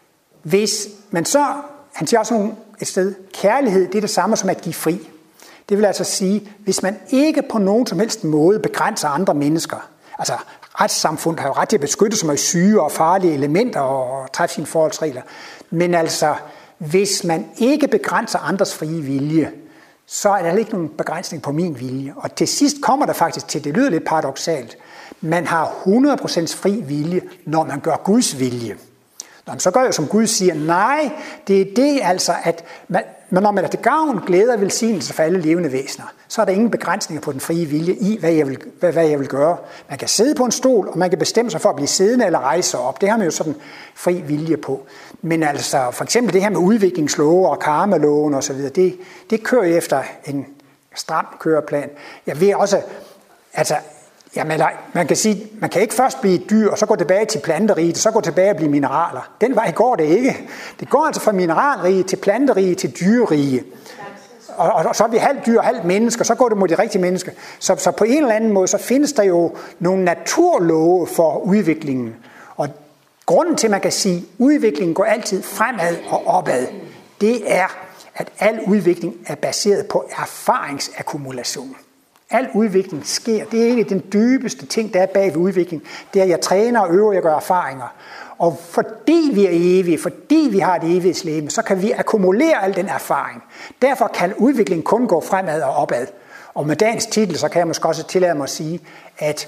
hvis man så, han siger også et sted, kærlighed, det er det samme som at give fri. Det vil altså sige, hvis man ikke på nogen som helst måde begrænser andre mennesker, altså retssamfundet har jo ret til at beskytte sig mod syge og farlige elementer og træffe sine forholdsregler, men altså, hvis man ikke begrænser andres frie vilje, så er der ikke nogen begrænsning på min vilje. Og til sidst kommer der faktisk til, det lyder lidt paradoksalt, man har 100% fri vilje, når man gør Guds vilje. Så gør jeg som Gud siger, nej, det er det altså, at når man er til gavn, glæde og velsignelse for alle levende væsener, så er der ingen begrænsninger på den frie vilje i, hvad jeg vil gøre. Man kan sidde på en stol, og man kan bestemme sig for at blive siddende eller rejse op. Det har man jo sådan fri vilje på. Men altså, for eksempel det her med udviklingslove og karmaloven og så videre, det kører efter en stram køreplan. Jeg ved også, altså, jamen, man kan sige, man kan ikke først blive et dyr, og så gå tilbage til planteriget, og så gå tilbage og blive mineraler. Den vej går det ikke. Det går altså fra mineralrige til planterige til dyrerige. Og så er vi halvt dyr og halvt mennesker, så går det mod de rigtige mennesker. Så på en eller anden måde, så findes der jo nogle naturlove for udviklingen. Og grunden til, at man kan sige, at udviklingen går altid fremad og opad, det er, at al udvikling er baseret på erfaringsakkumulation. Al udvikling sker. Det er egentlig den dybeste ting, der er bag ved udvikling. Det er, at jeg træner og øver, jeg gør erfaringer. Og fordi vi er evige, fordi vi har et evighedslegeme, så kan vi akkumulere al den erfaring. Derfor kan udviklingen kun gå fremad og opad. Og med dagens titel, så kan jeg måske også tillade mig at sige, at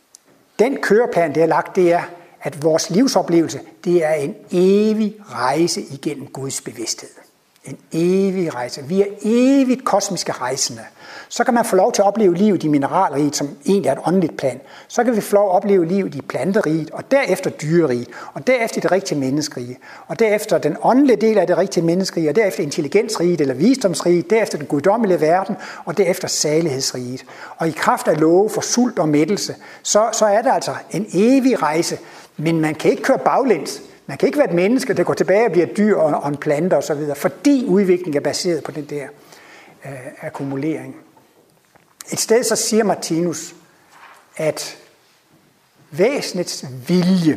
den køreplan, det er lagt, det er, at vores livsoplevelse, det er en evig rejse igennem Guds bevidsthed. En evig rejse. Vi er evigt kosmiske rejsende. Så kan man få lov til at opleve livet i mineralriget, som egentlig er et åndeligt plan. Så kan vi få lov at opleve livet i planteriget, og derefter dyreriget, og derefter det rigtige menneskerige, og derefter den åndelige del af det rigtige menneskerige, og derefter intelligensriget eller visdomsriget, derefter den guddommelige verden, og derefter salighedsriget. Og i kraft af love for sult og mættelse, så er der altså en evig rejse, men man kan ikke køre baglæns. Man kan ikke være et menneske, der går tilbage og bliver et dyr og en plante osv., fordi udviklingen er baseret på den der akkumulering. Et sted så siger Martinus, at væsenets vilje,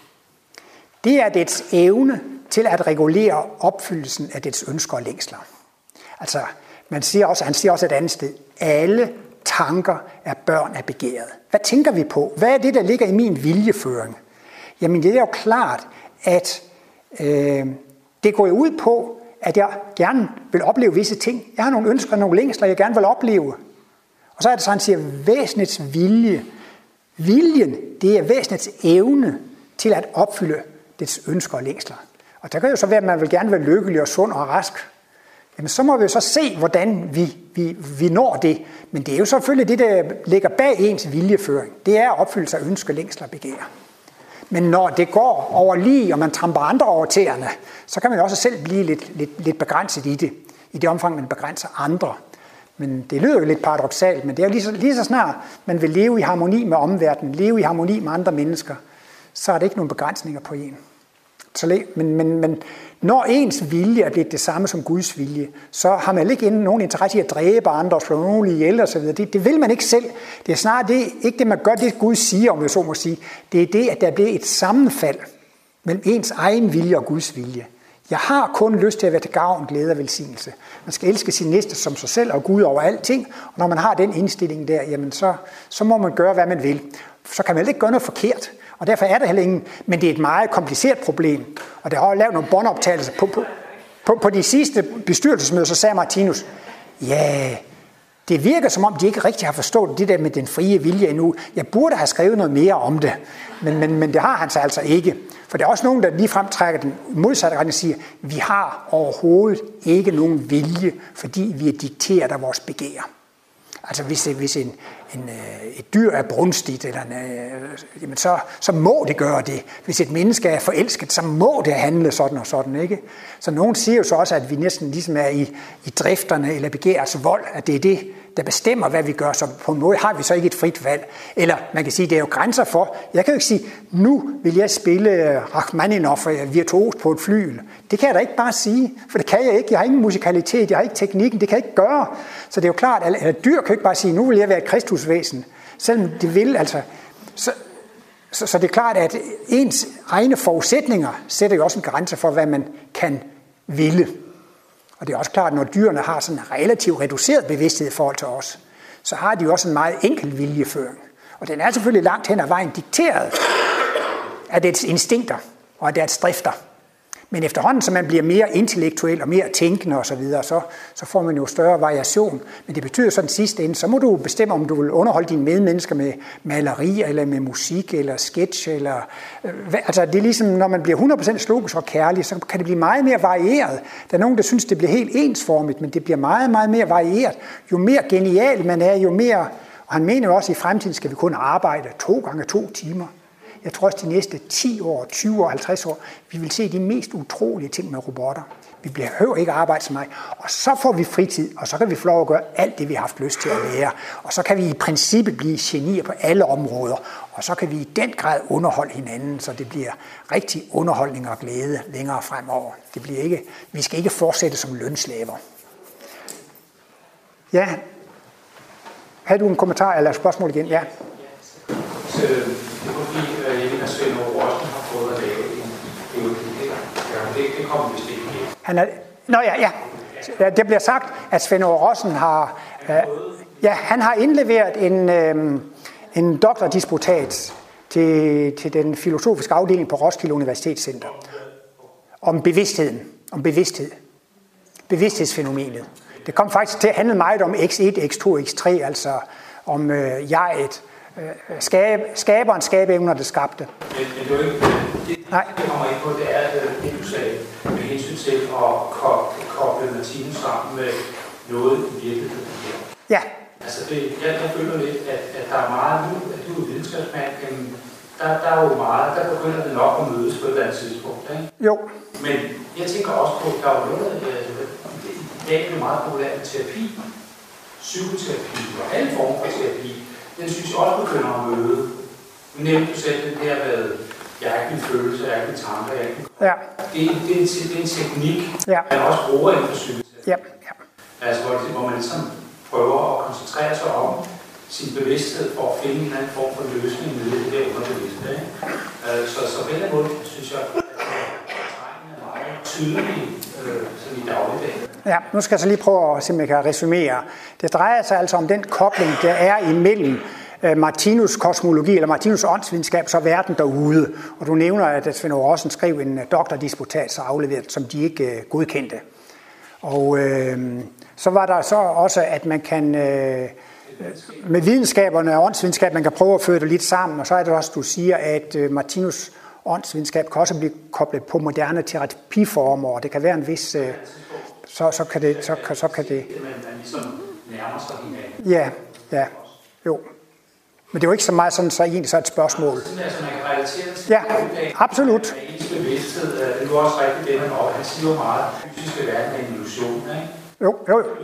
det er dets evne til at regulere opfyldelsen af dets ønsker og længsler. Altså, han siger også et andet sted, alle tanker er børn af begæret. Hvad tænker vi på? Hvad er det, der ligger i min viljeføring? Jamen, det er jo klart, at det går jo ud på, at jeg gerne vil opleve visse ting. Jeg har nogle ønsker, nogle længsler, jeg gerne vil opleve. Og så er det så, han siger, væsenets vilje. Viljen, det er væsenets evne til at opfylde dets ønsker og længsler. Og der kan jo så være, at man vil gerne være lykkelig og sund og rask. Jamen så må vi jo så se, hvordan vi når det. Men det er jo selvfølgelig det, der ligger bag ens viljeføring. Det er opfyldelse af ønsker, længsler og begær. Men når det går over lige, og man tramper andre over tæerne, så kan man også selv blive lidt begrænset i det. I det omfang, man begrænser andre. Men det lyder jo lidt paradoksalt, men det er jo lige så snart, man vil leve i harmoni med omverdenen, leve i harmoni med andre mennesker, så er det ikke nogen begrænsninger på en. Men når ens vilje er blevet det samme som Guds vilje, så har man ikke nogen interesse i at dræbe andre og slå nogen ihjel og så videre. Det vil man ikke selv. Det er snart ikke det, man gør, det Gud siger, om jeg så må sige. Det er det, at der bliver et sammenfald mellem ens egen vilje og Guds vilje. Jeg har kun lyst til at være til gavn, glæde og velsignelse. Man skal elske sin næste som sig selv og Gud over alting. Og når man har den indstilling der, jamen så må man gøre, hvad man vil. Så kan man heller ikke gøre noget forkert. Og derfor er der heller ingen, men det er et meget kompliceret problem. Og der har jeg lavet nogle båndoptagelser på de sidste bestyrelsesmøder, så sagde Martinus, ja, det virker som om, de ikke rigtig har forstået det der med den frie vilje endnu. Jeg burde have skrevet noget mere om det, men det har han så altså ikke. For der er også nogen, der ligefrem trækker den modsatte retning og siger, vi har overhovedet ikke nogen vilje, fordi vi er dikteret af vores begær. Altså hvis et dyr er brunstigt, jamen så må det gøre det. Hvis et menneske er forelsket, så må det handle sådan og sådan, ikke? Så nogen siger jo så også, at vi næsten ligesom er i drifterne eller begærets vold, at det er det, der bestemmer, hvad vi gør. Så på en måde har vi så ikke et frit valg. Eller man kan sige, det er jo grænser for. Jeg kan jo ikke sige, nu vil jeg spille Rachmaninoff virtuost på et flygel. Det kan jeg da ikke bare sige, for det kan jeg ikke. Jeg har ingen musikalitet, jeg har ikke teknikken, det kan jeg ikke gøre. Så det er jo klart, at dyr kan ikke bare sige, nu vil jeg være et kristusvæsen. Selvom det vil, altså. Så det er klart, at ens egne forudsætninger sætter jo også en grænse for, hvad man kan ville. Og det er også klart, at når dyrene har sådan en relativt reduceret bevidsthed i forhold til os, så har de jo også en meget enkel viljeføring. Og den er selvfølgelig langt hen ad vejen dikteret af dets instinkter og af dets drifter. Men efterhånden, som man bliver mere intellektuel og mere tænkende osv., så får man jo større variation. Men det betyder så den sidste ende, så må du bestemme, om du vil underholde dine medmennesker med maleri, eller med musik, eller sketch, eller... Altså det er ligesom, når man bliver 100% slogisk og kærlig, så kan det blive meget mere varieret. Der er nogen, der synes, det bliver helt ensformigt, men det bliver meget, meget mere varieret. Jo mere genial man er, jo mere... Og han mener jo også, at i fremtiden skal vi kun arbejde 2 gange 2 timer. Jeg tror også de næste 10 år, 20 år, 50 år, vi vil se de mest utrolige ting med robotter. Vi behøver ikke arbejde så meget. Og så får vi fritid, og så kan vi få lov at gøre alt det, vi har haft lyst til at lære. Og så kan vi i princippet blive genier på alle områder. Og så kan vi i den grad underholde hinanden, så det bliver rigtig underholdning og glæde længere fremover. Vi skal ikke fortsætte som lønslaver. Ja. Har du en kommentar eller et spørgsmål igen? Ja. At Svend Aage Rossen har fået at lave en teori. Det kommer vist ikke ja. Det bliver sagt, at Svend Aage Rossen har... han har indleveret en doktordisputat til den filosofiske afdeling på Roskilde Universitetscenter om bevidstheden, om bevidsthedsfænomenet. Det kom faktisk til at handle meget om X1, X2, X3, altså om jeget, skaberen, skabeevner, det skabte. Men det er jo ikke det kommer ind på, det er det, du sagde, med hensyn til at koble Martinus sammen med noget i virkeligheden her. Ja. Altså, jeg føler lidt, at der er meget nu, at du er videnskabsmand, der er jo meget, der begynder det nok at mødes på et eller andet tidspunkt, ikke? Jo. Men jeg tænker også på, at der er jo noget, i dag er meget populært med terapi, psykoterapi og alle former for terapi. Den synes jeg også begynder at møde. Nu nævnte du selv den der med, jeg har ikke min følelse, jeg har ikke min tanker, jeg har ikke min... Ja. Det er en teknik, man også bruger inden for psykoterapi. Ja. Altså, hvor man ligesom prøver at koncentrere sig om sin bevidsthed for at finde en eller anden form for løsning med det der underbevidste. Så på en eller anden måde, synes jeg, at trækken er meget tydelig sådan i dagligdagen. Ja, nu skal jeg så lige prøve at simpelthen resumere. Det drejer sig altså om den kobling, der er imellem Martinus kosmologi eller Martinus åndsvidenskab, så verden derude. Og du nævner, at Svend Aage Rossen skrev en doktordisputat, så afleveret, som de ikke godkendte. Og så var der så også, at man kan med videnskaberne og åndsvidenskab, man kan prøve at føre det lidt sammen. Og så er det også, du siger, at Martinus åndsvidenskab kan også blive koblet på moderne terapiformer, og det kan være en vis... Så kan det... Man ligesom nærmer sig hinanden. Ja, jo. Men det er jo ikke så meget sådan, så egentlig så et spørgsmål. Altså, man kan relatere til ja, absolut. Ens bevidsthed, det er jo også rigtigt det, han siger jo meget, at fysiske verden er en illusion, ikke? Jo.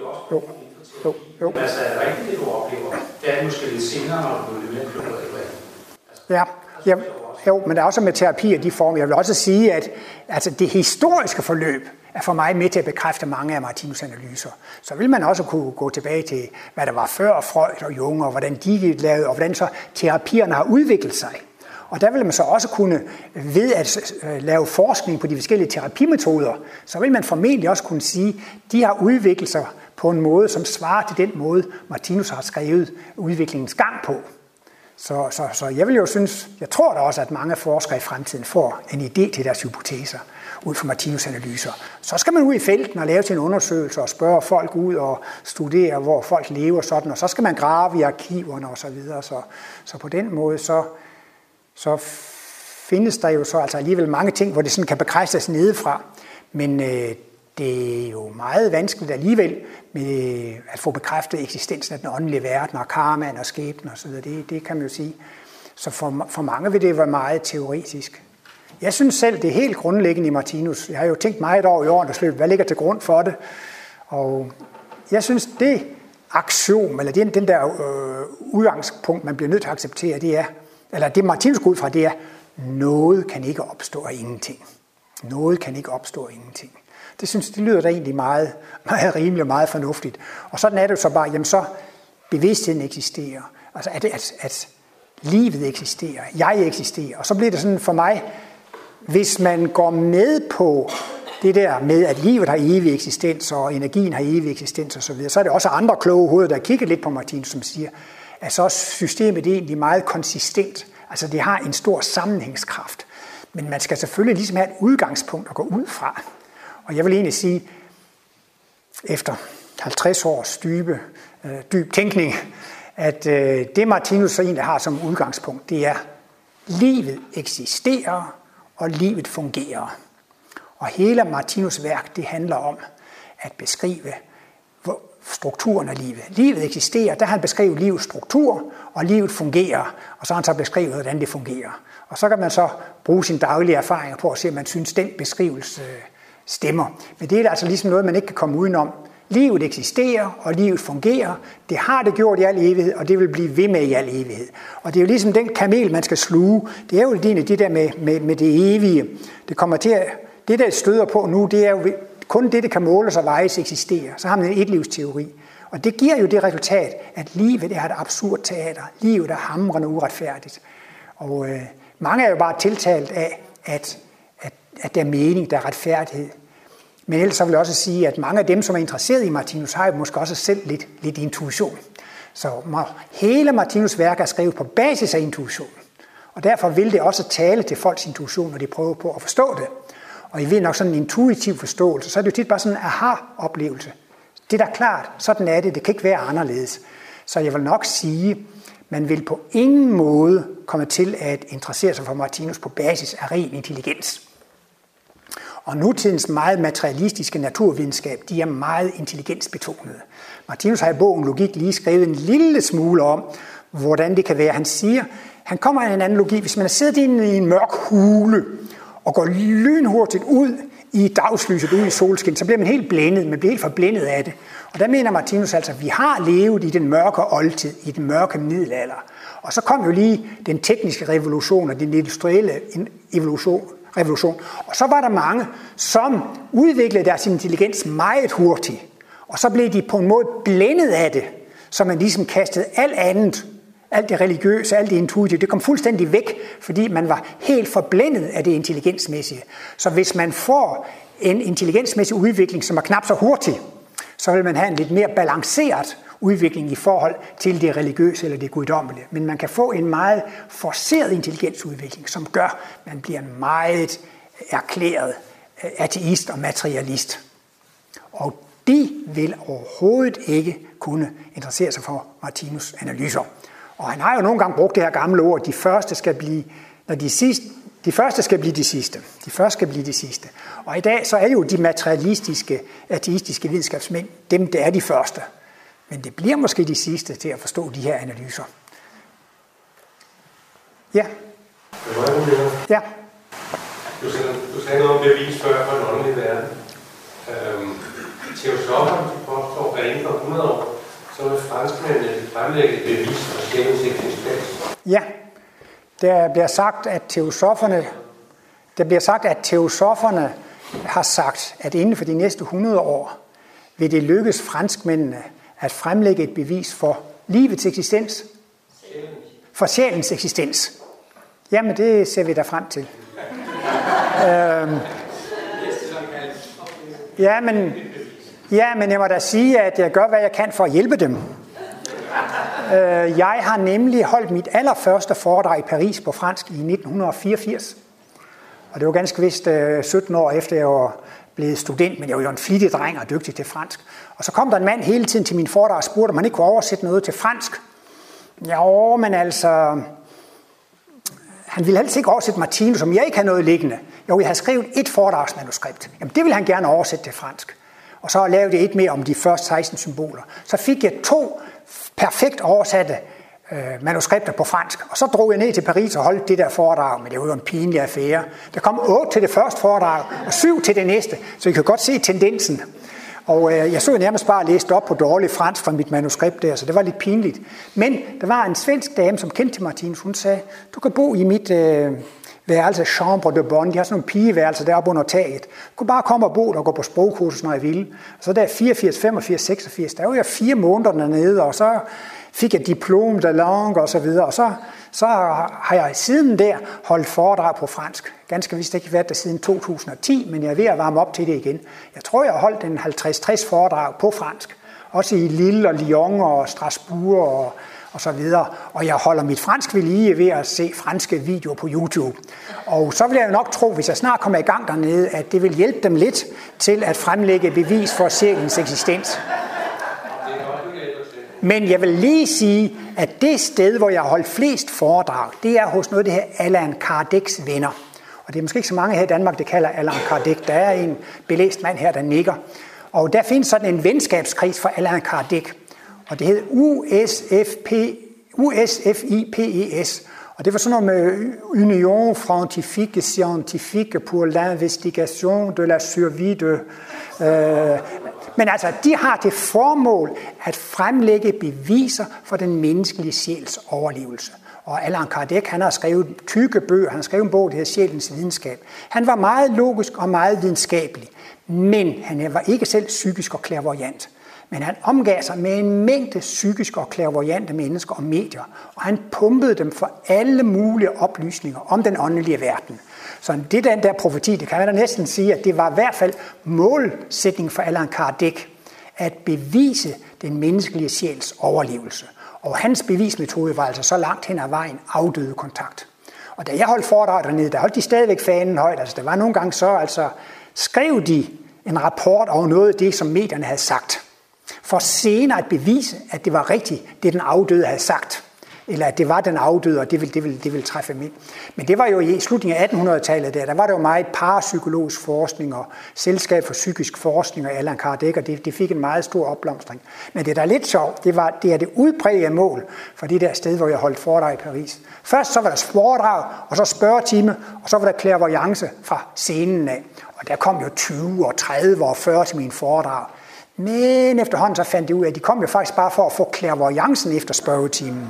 Men altså, er det rigtigt, det du oplever? Det er måske lidt senere, når du bliver lidt klogere eller Ja, jo, men der er også med terapi og de former. Jeg vil også sige, at altså, det historiske forløb er for mig med til at bekræfte mange af Martinus' analyser. Så vil man også kunne gå tilbage til, hvad der var før Freud og Jung, og hvordan de lavede, og hvordan så terapierne har udviklet sig. Og der vil man så også kunne, ved at lave forskning på de forskellige terapimetoder, så vil man formentlig også kunne sige, at de har udviklet sig på en måde, som svarer til den måde, Martinus har skrevet udviklingens gang på. Så jeg vil jo synes, jeg tror da også, at mange forskere i fremtiden får en idé til deres hypoteser ud fra Martinus' analyser. Så skal man ud i felten og lave sine undersøgelser og spørge folk ud og studere, hvor folk lever sådan, og så skal man grave i arkiverne og så videre. Så på den måde, så findes der jo så altså alligevel mange ting, hvor det sådan kan bekræftes nedefra, men det er jo meget vanskeligt alligevel med at få bekræftet eksistensen af den åndelige verden og karmaen og skæbnen og så videre. Det kan man jo sige. Så for mange vil det være meget teoretisk. Jeg synes selv, det er helt grundlæggende i Martinus. Jeg har jo tænkt meget over i årenes løb, hvad ligger til grund for det. Og jeg synes, det aksiom, eller den der udgangspunkt, man bliver nødt til at acceptere, det er, eller det Martinus går ud fra, det er, noget kan ikke opstå af ingenting. Noget kan ikke opstå af ingenting. Det lyder da egentlig meget, meget rimeligt og meget fornuftigt. Og sådan er det jo så bare, jamen så bevidstheden eksisterer. Altså at livet eksisterer, jeg eksisterer. Og så bliver det sådan for mig, hvis man går med på det der med, at livet har evig eksistens, og energien har evig eksistens osv., så er det også andre kloge hoveder, der kigger lidt på Martinus, som siger, at så er systemet egentlig meget konsistent. Altså det har en stor sammenhængskraft. Men man skal selvfølgelig ligesom have et udgangspunkt at gå ud fra. Og jeg vil egentlig sige, efter 50 års dyb tænkning, at det Martinus så egentlig har som udgangspunkt, det er, livet eksisterer, og livet fungerer. Og hele Martinus' værk, det handler om at beskrive strukturen af livet. Livet eksisterer, der har han beskrevet livets struktur, og livet fungerer, og så har han så beskrevet, hvordan det fungerer. Og så kan man så bruge sine daglige erfaringer på at se, om man synes, den beskrivelse stemmer. Men det er altså ligesom noget, man ikke kan komme udenom. Livet eksisterer, og livet fungerer. Det har det gjort i al evighed, og det vil blive ved med i al evighed. Og det er jo ligesom den kamel, man skal sluge. Det er jo det der med det evige. Det der støder på nu, det er jo kun det kan måles og vejes eksisterer. Så har man en etlivsteori. Og det giver jo det resultat, at livet er et absurd teater. Livet er hamrende uretfærdigt. Og mange er jo bare tiltalt af, at der er mening, der er retfærdighed. Men ellers så vil jeg også sige, at mange af dem, som er interesseret i Martinus, har jo måske også selv lidt intuition. Så hele Martinus' værk er skrevet på basis af intuition. Og derfor vil det også tale til folks intuition, når de prøver på at forstå det. Og I ved nok sådan en intuitiv forståelse, så er det jo tit bare sådan en aha-oplevelse. Det er da klart, sådan er det. Det kan ikke være anderledes. Så jeg vil nok sige, man vil på ingen måde komme til at interessere sig for Martinus på basis af ren intelligens. Og nutidens meget materialistiske naturvidenskab, de er meget intelligensbetonede. Martinus har i bogen Logik lige skrevet en lille smule om, hvordan det kan være. Han siger, han kommer af en analogi, hvis man har siddet inde i en mørk hule og går lynhurtigt ud i dagslyset, ud i solskin, så bliver man helt blændet, man bliver helt forblændet af det. Og der mener Martinus altså, at vi har levet i den mørke oldtid, i den mørke middelalder. Og så kom jo lige den tekniske revolution og den industrielle revolution. Og så var der mange, som udviklede deres intelligens meget hurtigt. Og så blev de på en måde blændet af det, så man ligesom kastede alt andet, alt det religiøse, alt det intuitive, det kom fuldstændig væk, fordi man var helt forblændet af det intelligensmæssige. Så hvis man får en intelligensmæssig udvikling, som er knap så hurtig, så vil man have en lidt mere balanceret udvikling i forhold til det religiøse eller det guddommelige. Men man kan få en meget forceret intelligensudvikling, som gør, at man bliver en meget erklæret ateist og materialist. Og de vil overhovedet ikke kunne interessere sig for Martinus' analyser. Og han har jo nogle gange brugt det her gamle ord, de første skal blive de sidste. De første skal blive de sidste. Og i dag så er jo de materialistiske, ateistiske videnskabsmænd, dem der er de første. Men det bliver måske de sidste til at forstå de her analyser. Ja. Ja. Du sagde noget om bevis før for en åndelig verden. Teosoferne påstår, at inden for 100 år, så vil franskmændene fremlægge et bevis for sjælens eksistens. Ja. Der bliver sagt, at teosoferne har sagt, at inden for de næste 100 år vil det lykkes franskmændene at fremlægge et bevis for livets eksistens. For sjælens eksistens. Jamen, det ser vi da frem til. Men jeg må da sige, at jeg gør, hvad jeg kan for at hjælpe dem. Jeg har nemlig holdt mit allerførste foredrag i Paris på fransk i 1984. Og det var ganske vist 17 år efter jeg var blevet student, men jeg var jo en flittig dreng og dygtig til fransk. Og så kom der en mand hele tiden til min foredrag og spurgte, om han ikke kunne oversætte noget til fransk. Jo, men altså... Han ville helst ikke oversætte Martinus, som jeg ikke havde noget liggende. Jo, jeg havde skrevet et foredragsmanuskript. Jamen, det ville han gerne oversætte til fransk. Og så lavede jeg et mere om de første 16 symboler. Så fik jeg 2 perfekt oversatte manuskripter på fransk. Og så drog jeg ned til Paris og holdt det der foredrag, men det var jo en pinlig affære. Der kom 8 til det første foredrag, og 7 til det næste, så I kan godt se tendensen. Og jeg så jo nærmest bare læst op på dårlig fransk fra mit manuskript der, så det var lidt pinligt. Men der var en svensk dame, som kendte til Martinus. Hun sagde, du kan bo i mit værelse, chambre de bonne. De har sådan nogle pigeværelser deroppe under taget. Du kunne bare komme og bo og gå på sprogkursus, når jeg ville. Og så der 84, 85, 86, der var jeg 4 måneder dernede, og så fik jeg diplom de langue og så videre. Og så har jeg siden der holdt foredrag på fransk. Ganske vist ikke været der siden 2010, men jeg er ved at varme op til det igen. Jeg tror, jeg har holdt en 50-60 foredrag på fransk. Også i Lille og Lyon og Strasbourg og så videre. Og jeg holder mit fransk ved lige ved at se franske videoer på YouTube. Og så vil jeg jo nok tro, hvis jeg snart kommer i gang dernede, at det vil hjælpe dem lidt til at fremlægge bevis for cirkelens eksistens. Men jeg vil lige sige, at det sted, hvor jeg har holdt flest foredrag, det er hos noget af det her Allan Kardecks venner. Og det er måske ikke så mange her i Danmark, der kalder Allan Kardec. Der er en belæst mand her, der nikker. Og der findes sådan en venskabskreds for Allan Kardec. Og det hedder USFIPES. Og det var sådan noget med Union Scientifique Scientifique pour l'Investigation de la Survie de... Men altså, de har til formål at fremlægge beviser for den menneskelige sjæls overlevelse. Og Allan Kardec, han har skrevet tykke bøger, han har skrevet en bog, der hedder Sjælens videnskab. Han var meget logisk og meget videnskabelig, men han var ikke selv psykisk og clairvoyant. Men han omgav sig med en mængde psykiske og clairvoyante mennesker og medier, og han pumpede dem for alle mulige oplysninger om den åndelige verden. Så det den der profeti, det kan man da næsten sige, at det var i hvert fald målsætning for Allan Kardec, at bevise den menneskelige sjæls overlevelse. Og hans bevismetode var altså så langt hen ad vejen afdøde kontakt. Og da jeg holdt foredrag dernede, der holdt de stadigvæk fanen højt. Altså der var nogle gange så skrev de en rapport over noget af det, som medierne havde sagt. For senere at bevise, at det var rigtigt, det den afdøde havde sagt. Eller at det var den afdøde, og det ville træffe med. Men det var jo i slutningen af 1800-tallet der var der jo meget parapsykologisk forskning og selskab for psykisk forskning og Allan Kardec, og det fik en meget stor opblomstring. Men det der er lidt sjovt, det er det udprægede mål for det der sted, hvor jeg holdt foredrag i Paris. Først så var der foredrag, og så spørgetime, og så var der clairvoyance fra scenen af. Og der kom jo 20 og 30 og 40 til mine foredrag. Men efterhånden så fandt de ud af, at de kom jo faktisk bare for at få clairvoyancen efter spørgetimen.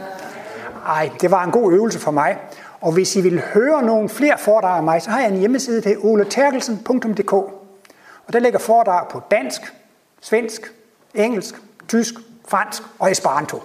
Ej, det var en god øvelse for mig. Og hvis I vil høre nogle flere foredrag af mig, så har jeg en hjemmeside til oleterkelsen.dk. Og der ligger foredrag på dansk, svensk, engelsk, tysk, fransk og esperanto.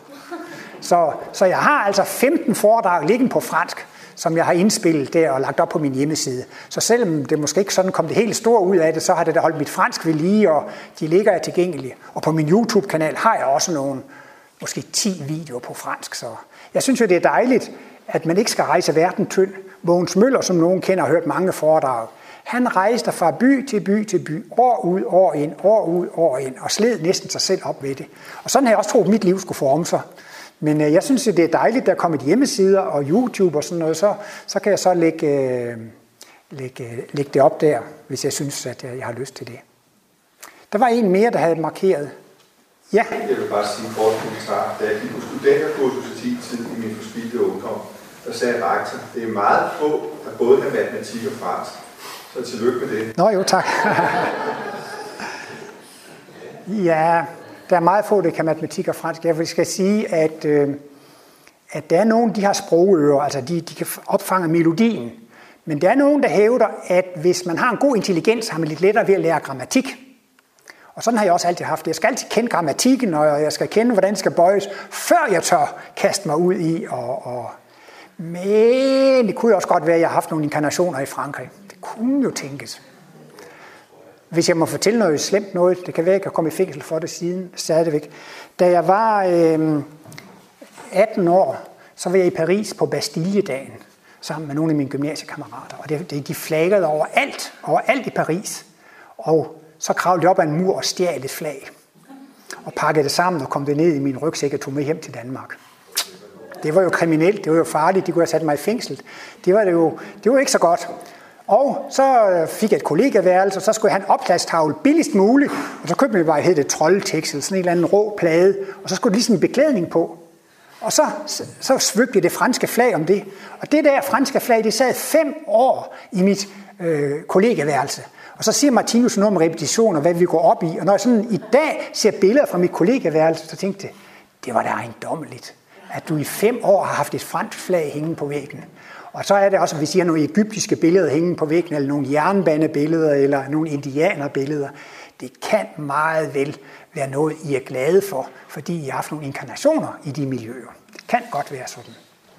Så jeg har altså 15 foredrag liggende på fransk, som jeg har indspillet der og lagt op på min hjemmeside. Så selvom det måske ikke sådan kom det helt store ud af det, så har det da holdt mit fransk ved lige, og de ligger tilgængelige. Og på min YouTube-kanal har jeg også nogle, måske 10 videoer på fransk. Så jeg synes jo, det er dejligt, at man ikke skal rejse verden tynd. Mogens Møller, som nogen kender, har hørt mange foredrag. Han rejste fra by til by til by, år ud, år ind, år ud, år ind, og sled næsten sig selv op ved det. Og sådan har jeg også troet, at mit liv skulle forme sig. Men jeg synes, det er dejligt, at der er kommet hjemmesider og YouTube og sådan noget, så kan jeg så lægge det op der, hvis jeg synes, at jeg har lyst til det. Der var en mere, der havde markeret. Ja. Jeg vil bare sige en kort kommentar. Da jeg gik på studenterkursus i tid i min forspildte ungdom, der sagde rektor, det er meget få, der både har matematik og fransk. Så tillykke med det. Nå jo, tak. Ja, der er meget få, der kan matematik og fransk. Jeg skal sige, at der er nogen, de har sprogører, altså de kan opfange melodien. Men der er nogen, der hævder, at hvis man har en god intelligens, har man lidt lettere ved at lære grammatik. Og sådan har jeg også altid haft det. Jeg skal altid kende grammatikken, og jeg skal kende, hvordan det skal bøjes, før jeg tør kaste mig ud i. Men det kunne jo også godt være, at jeg har haft nogle inkarnationer i Frankrig. Det kunne jo tænkes. Hvis jeg må fortælle noget slemt noget, det kan være, at jeg kan komme i fængsel for det siden stadigvæk. Da jeg var 18 år, så var jeg i Paris på Bastilledagen, sammen med nogle af mine gymnasiekammerater. Og de flaggede overalt i Paris. Og så kravlede jeg op ad en mur og stjal et flag. Og pakkede det sammen og kom det ned i min rygsæk og tog med hjem til Danmark. Det var jo kriminelt, det var jo farligt, de kunne have sat mig i fængsel. Det var ikke så godt. Og så fik jeg et kollegaværelse, og så skulle jeg have en opslagstavle billigst muligt. Og så købte jeg bare, hed det troldetekst, eller sådan en eller anden rå plade. Og så skulle det lige sådan en beklædning på. Og så svøbte jeg det franske flag om det. Og det der franske flag, det sad 5 år i mit kollegaværelse. Og så siger Martinus noget om repetitioner, hvad vi går op i. Og når jeg sådan i dag ser billeder fra mit kollegaværelse, så tænkte jeg, det var da ejendommeligt, at du i 5 år har haft et fransk flag hængende på væggen. Og så er det også, hvis I har nogle egyptiske billeder hængende på væggen, eller nogle jernbanebilleder, eller nogle indianerbilleder. Det kan meget vel være noget, I er glade for, fordi I har haft nogle inkarnationer i de miljøer. Det kan godt være sådan.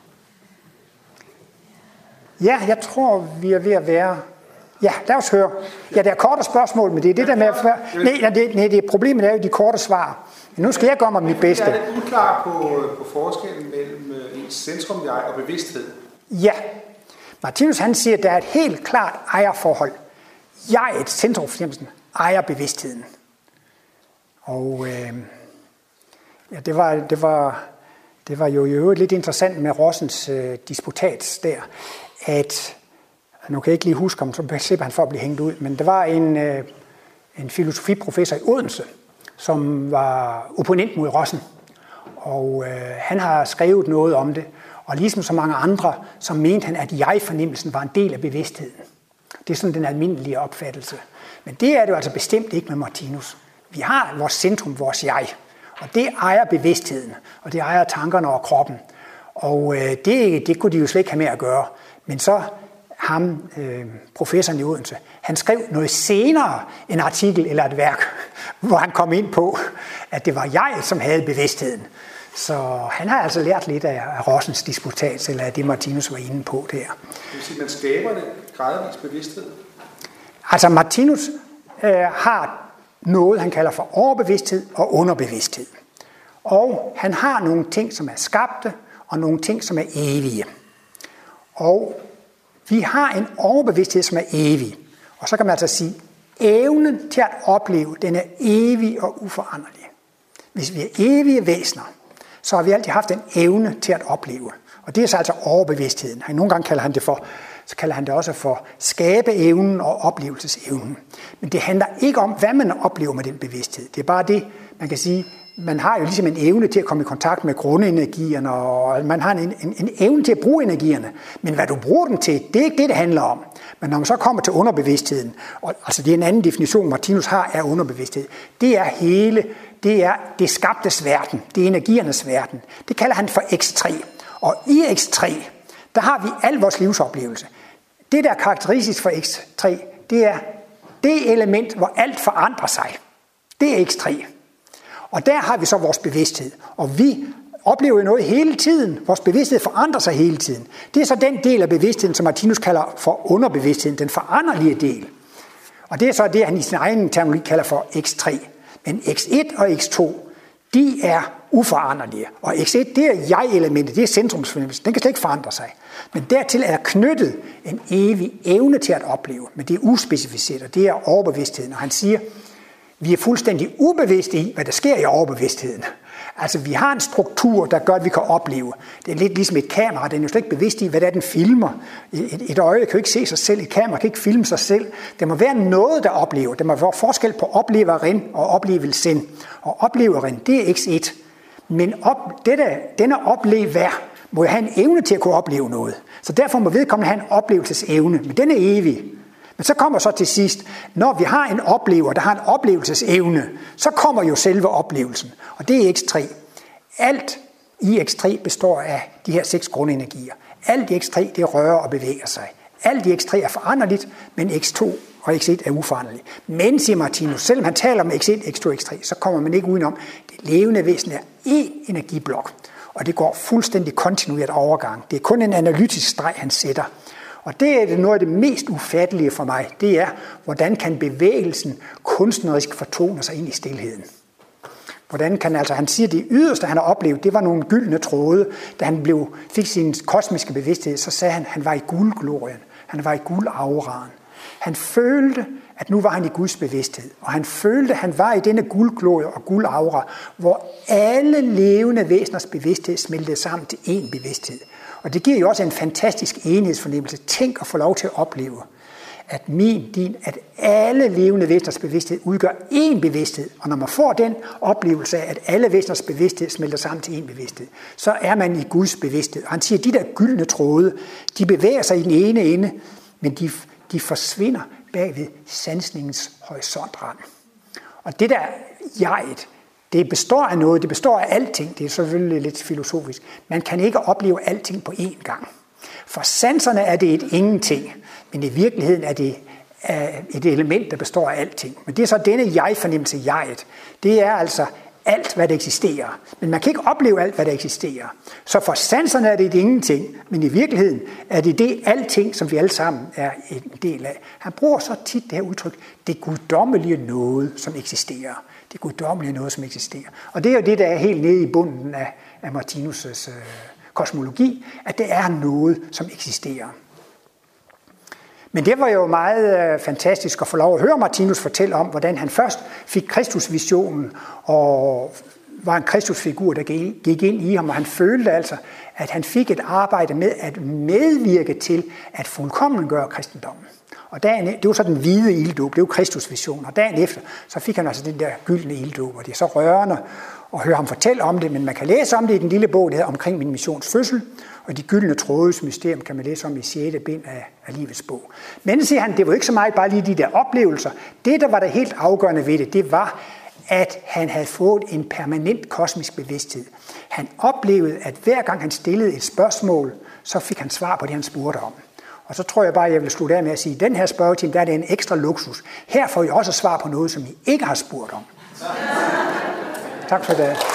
Ja, jeg tror, vi er ved at være... Ja, lad os høre. Ja, der er korte spørgsmål, men det er det der med at... Nej, problemet er jo de korte svar. Men nu skal jeg gøre mig mit bedste. Jeg er lidt uklar på forskellen mellem ens centrum-jeg og bevidsthed. Ja. Martinus han siger, at der er et helt klart ejerforhold. Jeg, et centrum, ejer bevidstheden. Og ja, det var jo i øvrigt lidt interessant med Rossens disputats der, at nu kan jeg ikke lige huske, om så slipper han for at blive hængt ud, men der var en filosofiprofessor i Odense, som var opponent mod Rossen. Og han har skrevet noget om det, og ligesom så mange andre, så mente han, at jeg-fornemmelsen var en del af bevidstheden. Det er sådan den almindelige opfattelse. Men det er det jo altså bestemt ikke med Martinus. Vi har vores centrum, vores jeg, og det ejer bevidstheden, og det ejer tankerne og kroppen. Og det kunne de jo slet ikke have med at gøre. Men så ham, professoren i Odense, han skrev noget senere en artikel eller et værk, hvor han kom ind på, at det var jeg, som havde bevidstheden. Så han har altså lært lidt af Rossens disputats, eller af det Martinus var inde på der. Det vil sige, at man skaber det gradvis bevidsthed? Altså Martinus har noget, han kalder for overbevidsthed og underbevidsthed. Og han har nogle ting, som er skabte, og nogle ting, som er evige. Og vi har en overbevidsthed, som er evig. Og så kan man altså sige, evnen til at opleve, den er evig og uforanderlig. Hvis vi er evige væsener, så har vi altid haft en evne til at opleve. Og det er så altså overbevidstheden. Nogle gange kalder han det også for skabeevnen og oplevelsesevnen. Men det handler ikke om, hvad man oplever med den bevidsthed. Det er bare det, man kan sige, man har jo ligesom en evne til at komme i kontakt med grundenergierne, og man har en evne til at bruge energierne. Men hvad du bruger dem til, det er ikke det, det handler om. Men når man så kommer til underbevidstheden, og altså det er en anden definition, Martinus har af underbevidsthed, det er det skabtes verden, det er energiernes verden. Det kalder han for X3. Og i X3, der har vi al vores livsoplevelse. Det, der er karakteristisk for X3, det er det element, hvor alt forandrer sig. Det er X3. Og der har vi så vores bevidsthed. Og vi oplever jo noget hele tiden. Vores bevidsthed forandrer sig hele tiden. Det er så den del af bevidstheden, som Martinus kalder for underbevidstheden, den foranderlige del. Og det er så det, han i sin egen terminologi kalder for X3. Men X1 og X2, de er uforanderlige. Og X1, det er jeg-elementet, det er centrumsfornemmelsen. Den kan slet ikke forandre sig. Men dertil er knyttet en evig evne til at opleve. Men det er uspecificeret, og det er overbevidstheden. Og han siger, vi er fuldstændig ubevidste i, hvad der sker i overbevidstheden. Altså, vi har en struktur, der gør, at vi kan opleve. Det er lidt ligesom et kamera. Den er jo slet ikke bevidst i, hvad det er, den filmer. Et øje kan jo ikke se sig selv. Et kamera kan ikke filme sig selv. Der må være noget, der oplever. Der må være forskel på opleveren og oplevelsen. Og opleveren, det er X1. Men denne oplever må jo have en evne til at kunne opleve noget. Så derfor må vedkommende have en oplevelsesevne. Men den er evig. Men så kommer så til sidst, når vi har en oplever, der har en oplevelsesevne, så kommer jo selve oplevelsen. Og det er X3. Alt i X3 består af de her 6 grundenergier. Alt i X3, det rører og bevæger sig. Alt i X3 er foranderligt, men X2 og X1 er uforanderligt. Men, siger Martinus, selvom han taler om X1, X2 og X3, så kommer man ikke udenom. Det levende væsen er én energiblok. og det går fuldstændig kontinuert overgang. Det er kun en analytisk streg, han sætter. Og det er noget af det mest ufattelige for mig. Det er, hvordan kan bevægelsen kunstnerisk fortone sig ind i stilheden. Hvordan kan han siger, det yderste, han har oplevet, det var nogle gyldne tråde. Da han fik sin kosmiske bevidsthed, så sagde han var i guldglorien. Han var i guldauraen. Han følte, at nu var han i Guds bevidsthed. Og han følte, at han var i denne guldglorie og guldaura, hvor alle levende væseners bevidsthed smeltede sammen til én bevidsthed. Og det giver jo også en fantastisk enhedsfornemmelse. Tænk at få lov til at opleve, at at alle levende væseners bevidsthed udgør én bevidsthed. Og når man får den oplevelse af, at alle væseners bevidsthed smelter sammen til én bevidsthed, så er man i Guds bevidsthed. Og han siger, at de der gyldne tråde, de bevæger sig i den ene ende, men de forsvinder bagved sansningens horisontrand. Og det der jeget, det består af noget, det består af alting, det er selvfølgelig lidt filosofisk. Man kan ikke opleve alting på én gang. For sanserne er det et ingenting, men i virkeligheden er det et element, der består af alting. Men det er så denne jeg-fornemmelse, jeget. Det er altså alt, hvad der eksisterer. Men man kan ikke opleve alt, hvad der eksisterer. Så for sanserne er det et ingenting, men i virkeligheden er det alting, som vi alle sammen er en del af. Han bruger så tit det her udtryk, det guddommelige noget, som eksisterer. Det guddommelige noget, som eksisterer. Og det er jo det, der er helt nede i bunden af Martinus' kosmologi, at det er noget, som eksisterer. Men det var jo meget fantastisk at få lov at høre Martinus fortælle om, hvordan han først fik Kristusvisionen og var en Kristusfigur, der gik ind i ham, og han følte altså, at han fik et arbejde med at medvirke til at fuldkommengøre kristendommen. Og det var så den hvide ilddåb, det var Kristusvisionen, og dagen efter, så fik han altså den der gyldne ilddåb, og det er så rørende at høre ham fortælle om det, men man kan læse om det i den lille bog, der hedder Omkring min missions fødsel, og de gyldne trådes mysterium kan man læse om i 6. bind af livets bog. Men siger han, det var ikke så meget bare lige de der oplevelser. Det, der var der helt afgørende ved det, det var, at han havde fået en permanent kosmisk bevidsthed. Han oplevede, at hver gang han stillede et spørgsmål, så fik han svar på det, han spurgte om. Og så tror jeg bare, at jeg vil slutte af med at sige, at den her spørgetime, der er det en ekstra luksus. Her får I også svar på noget, som I ikke har spurgt om. Tak for det.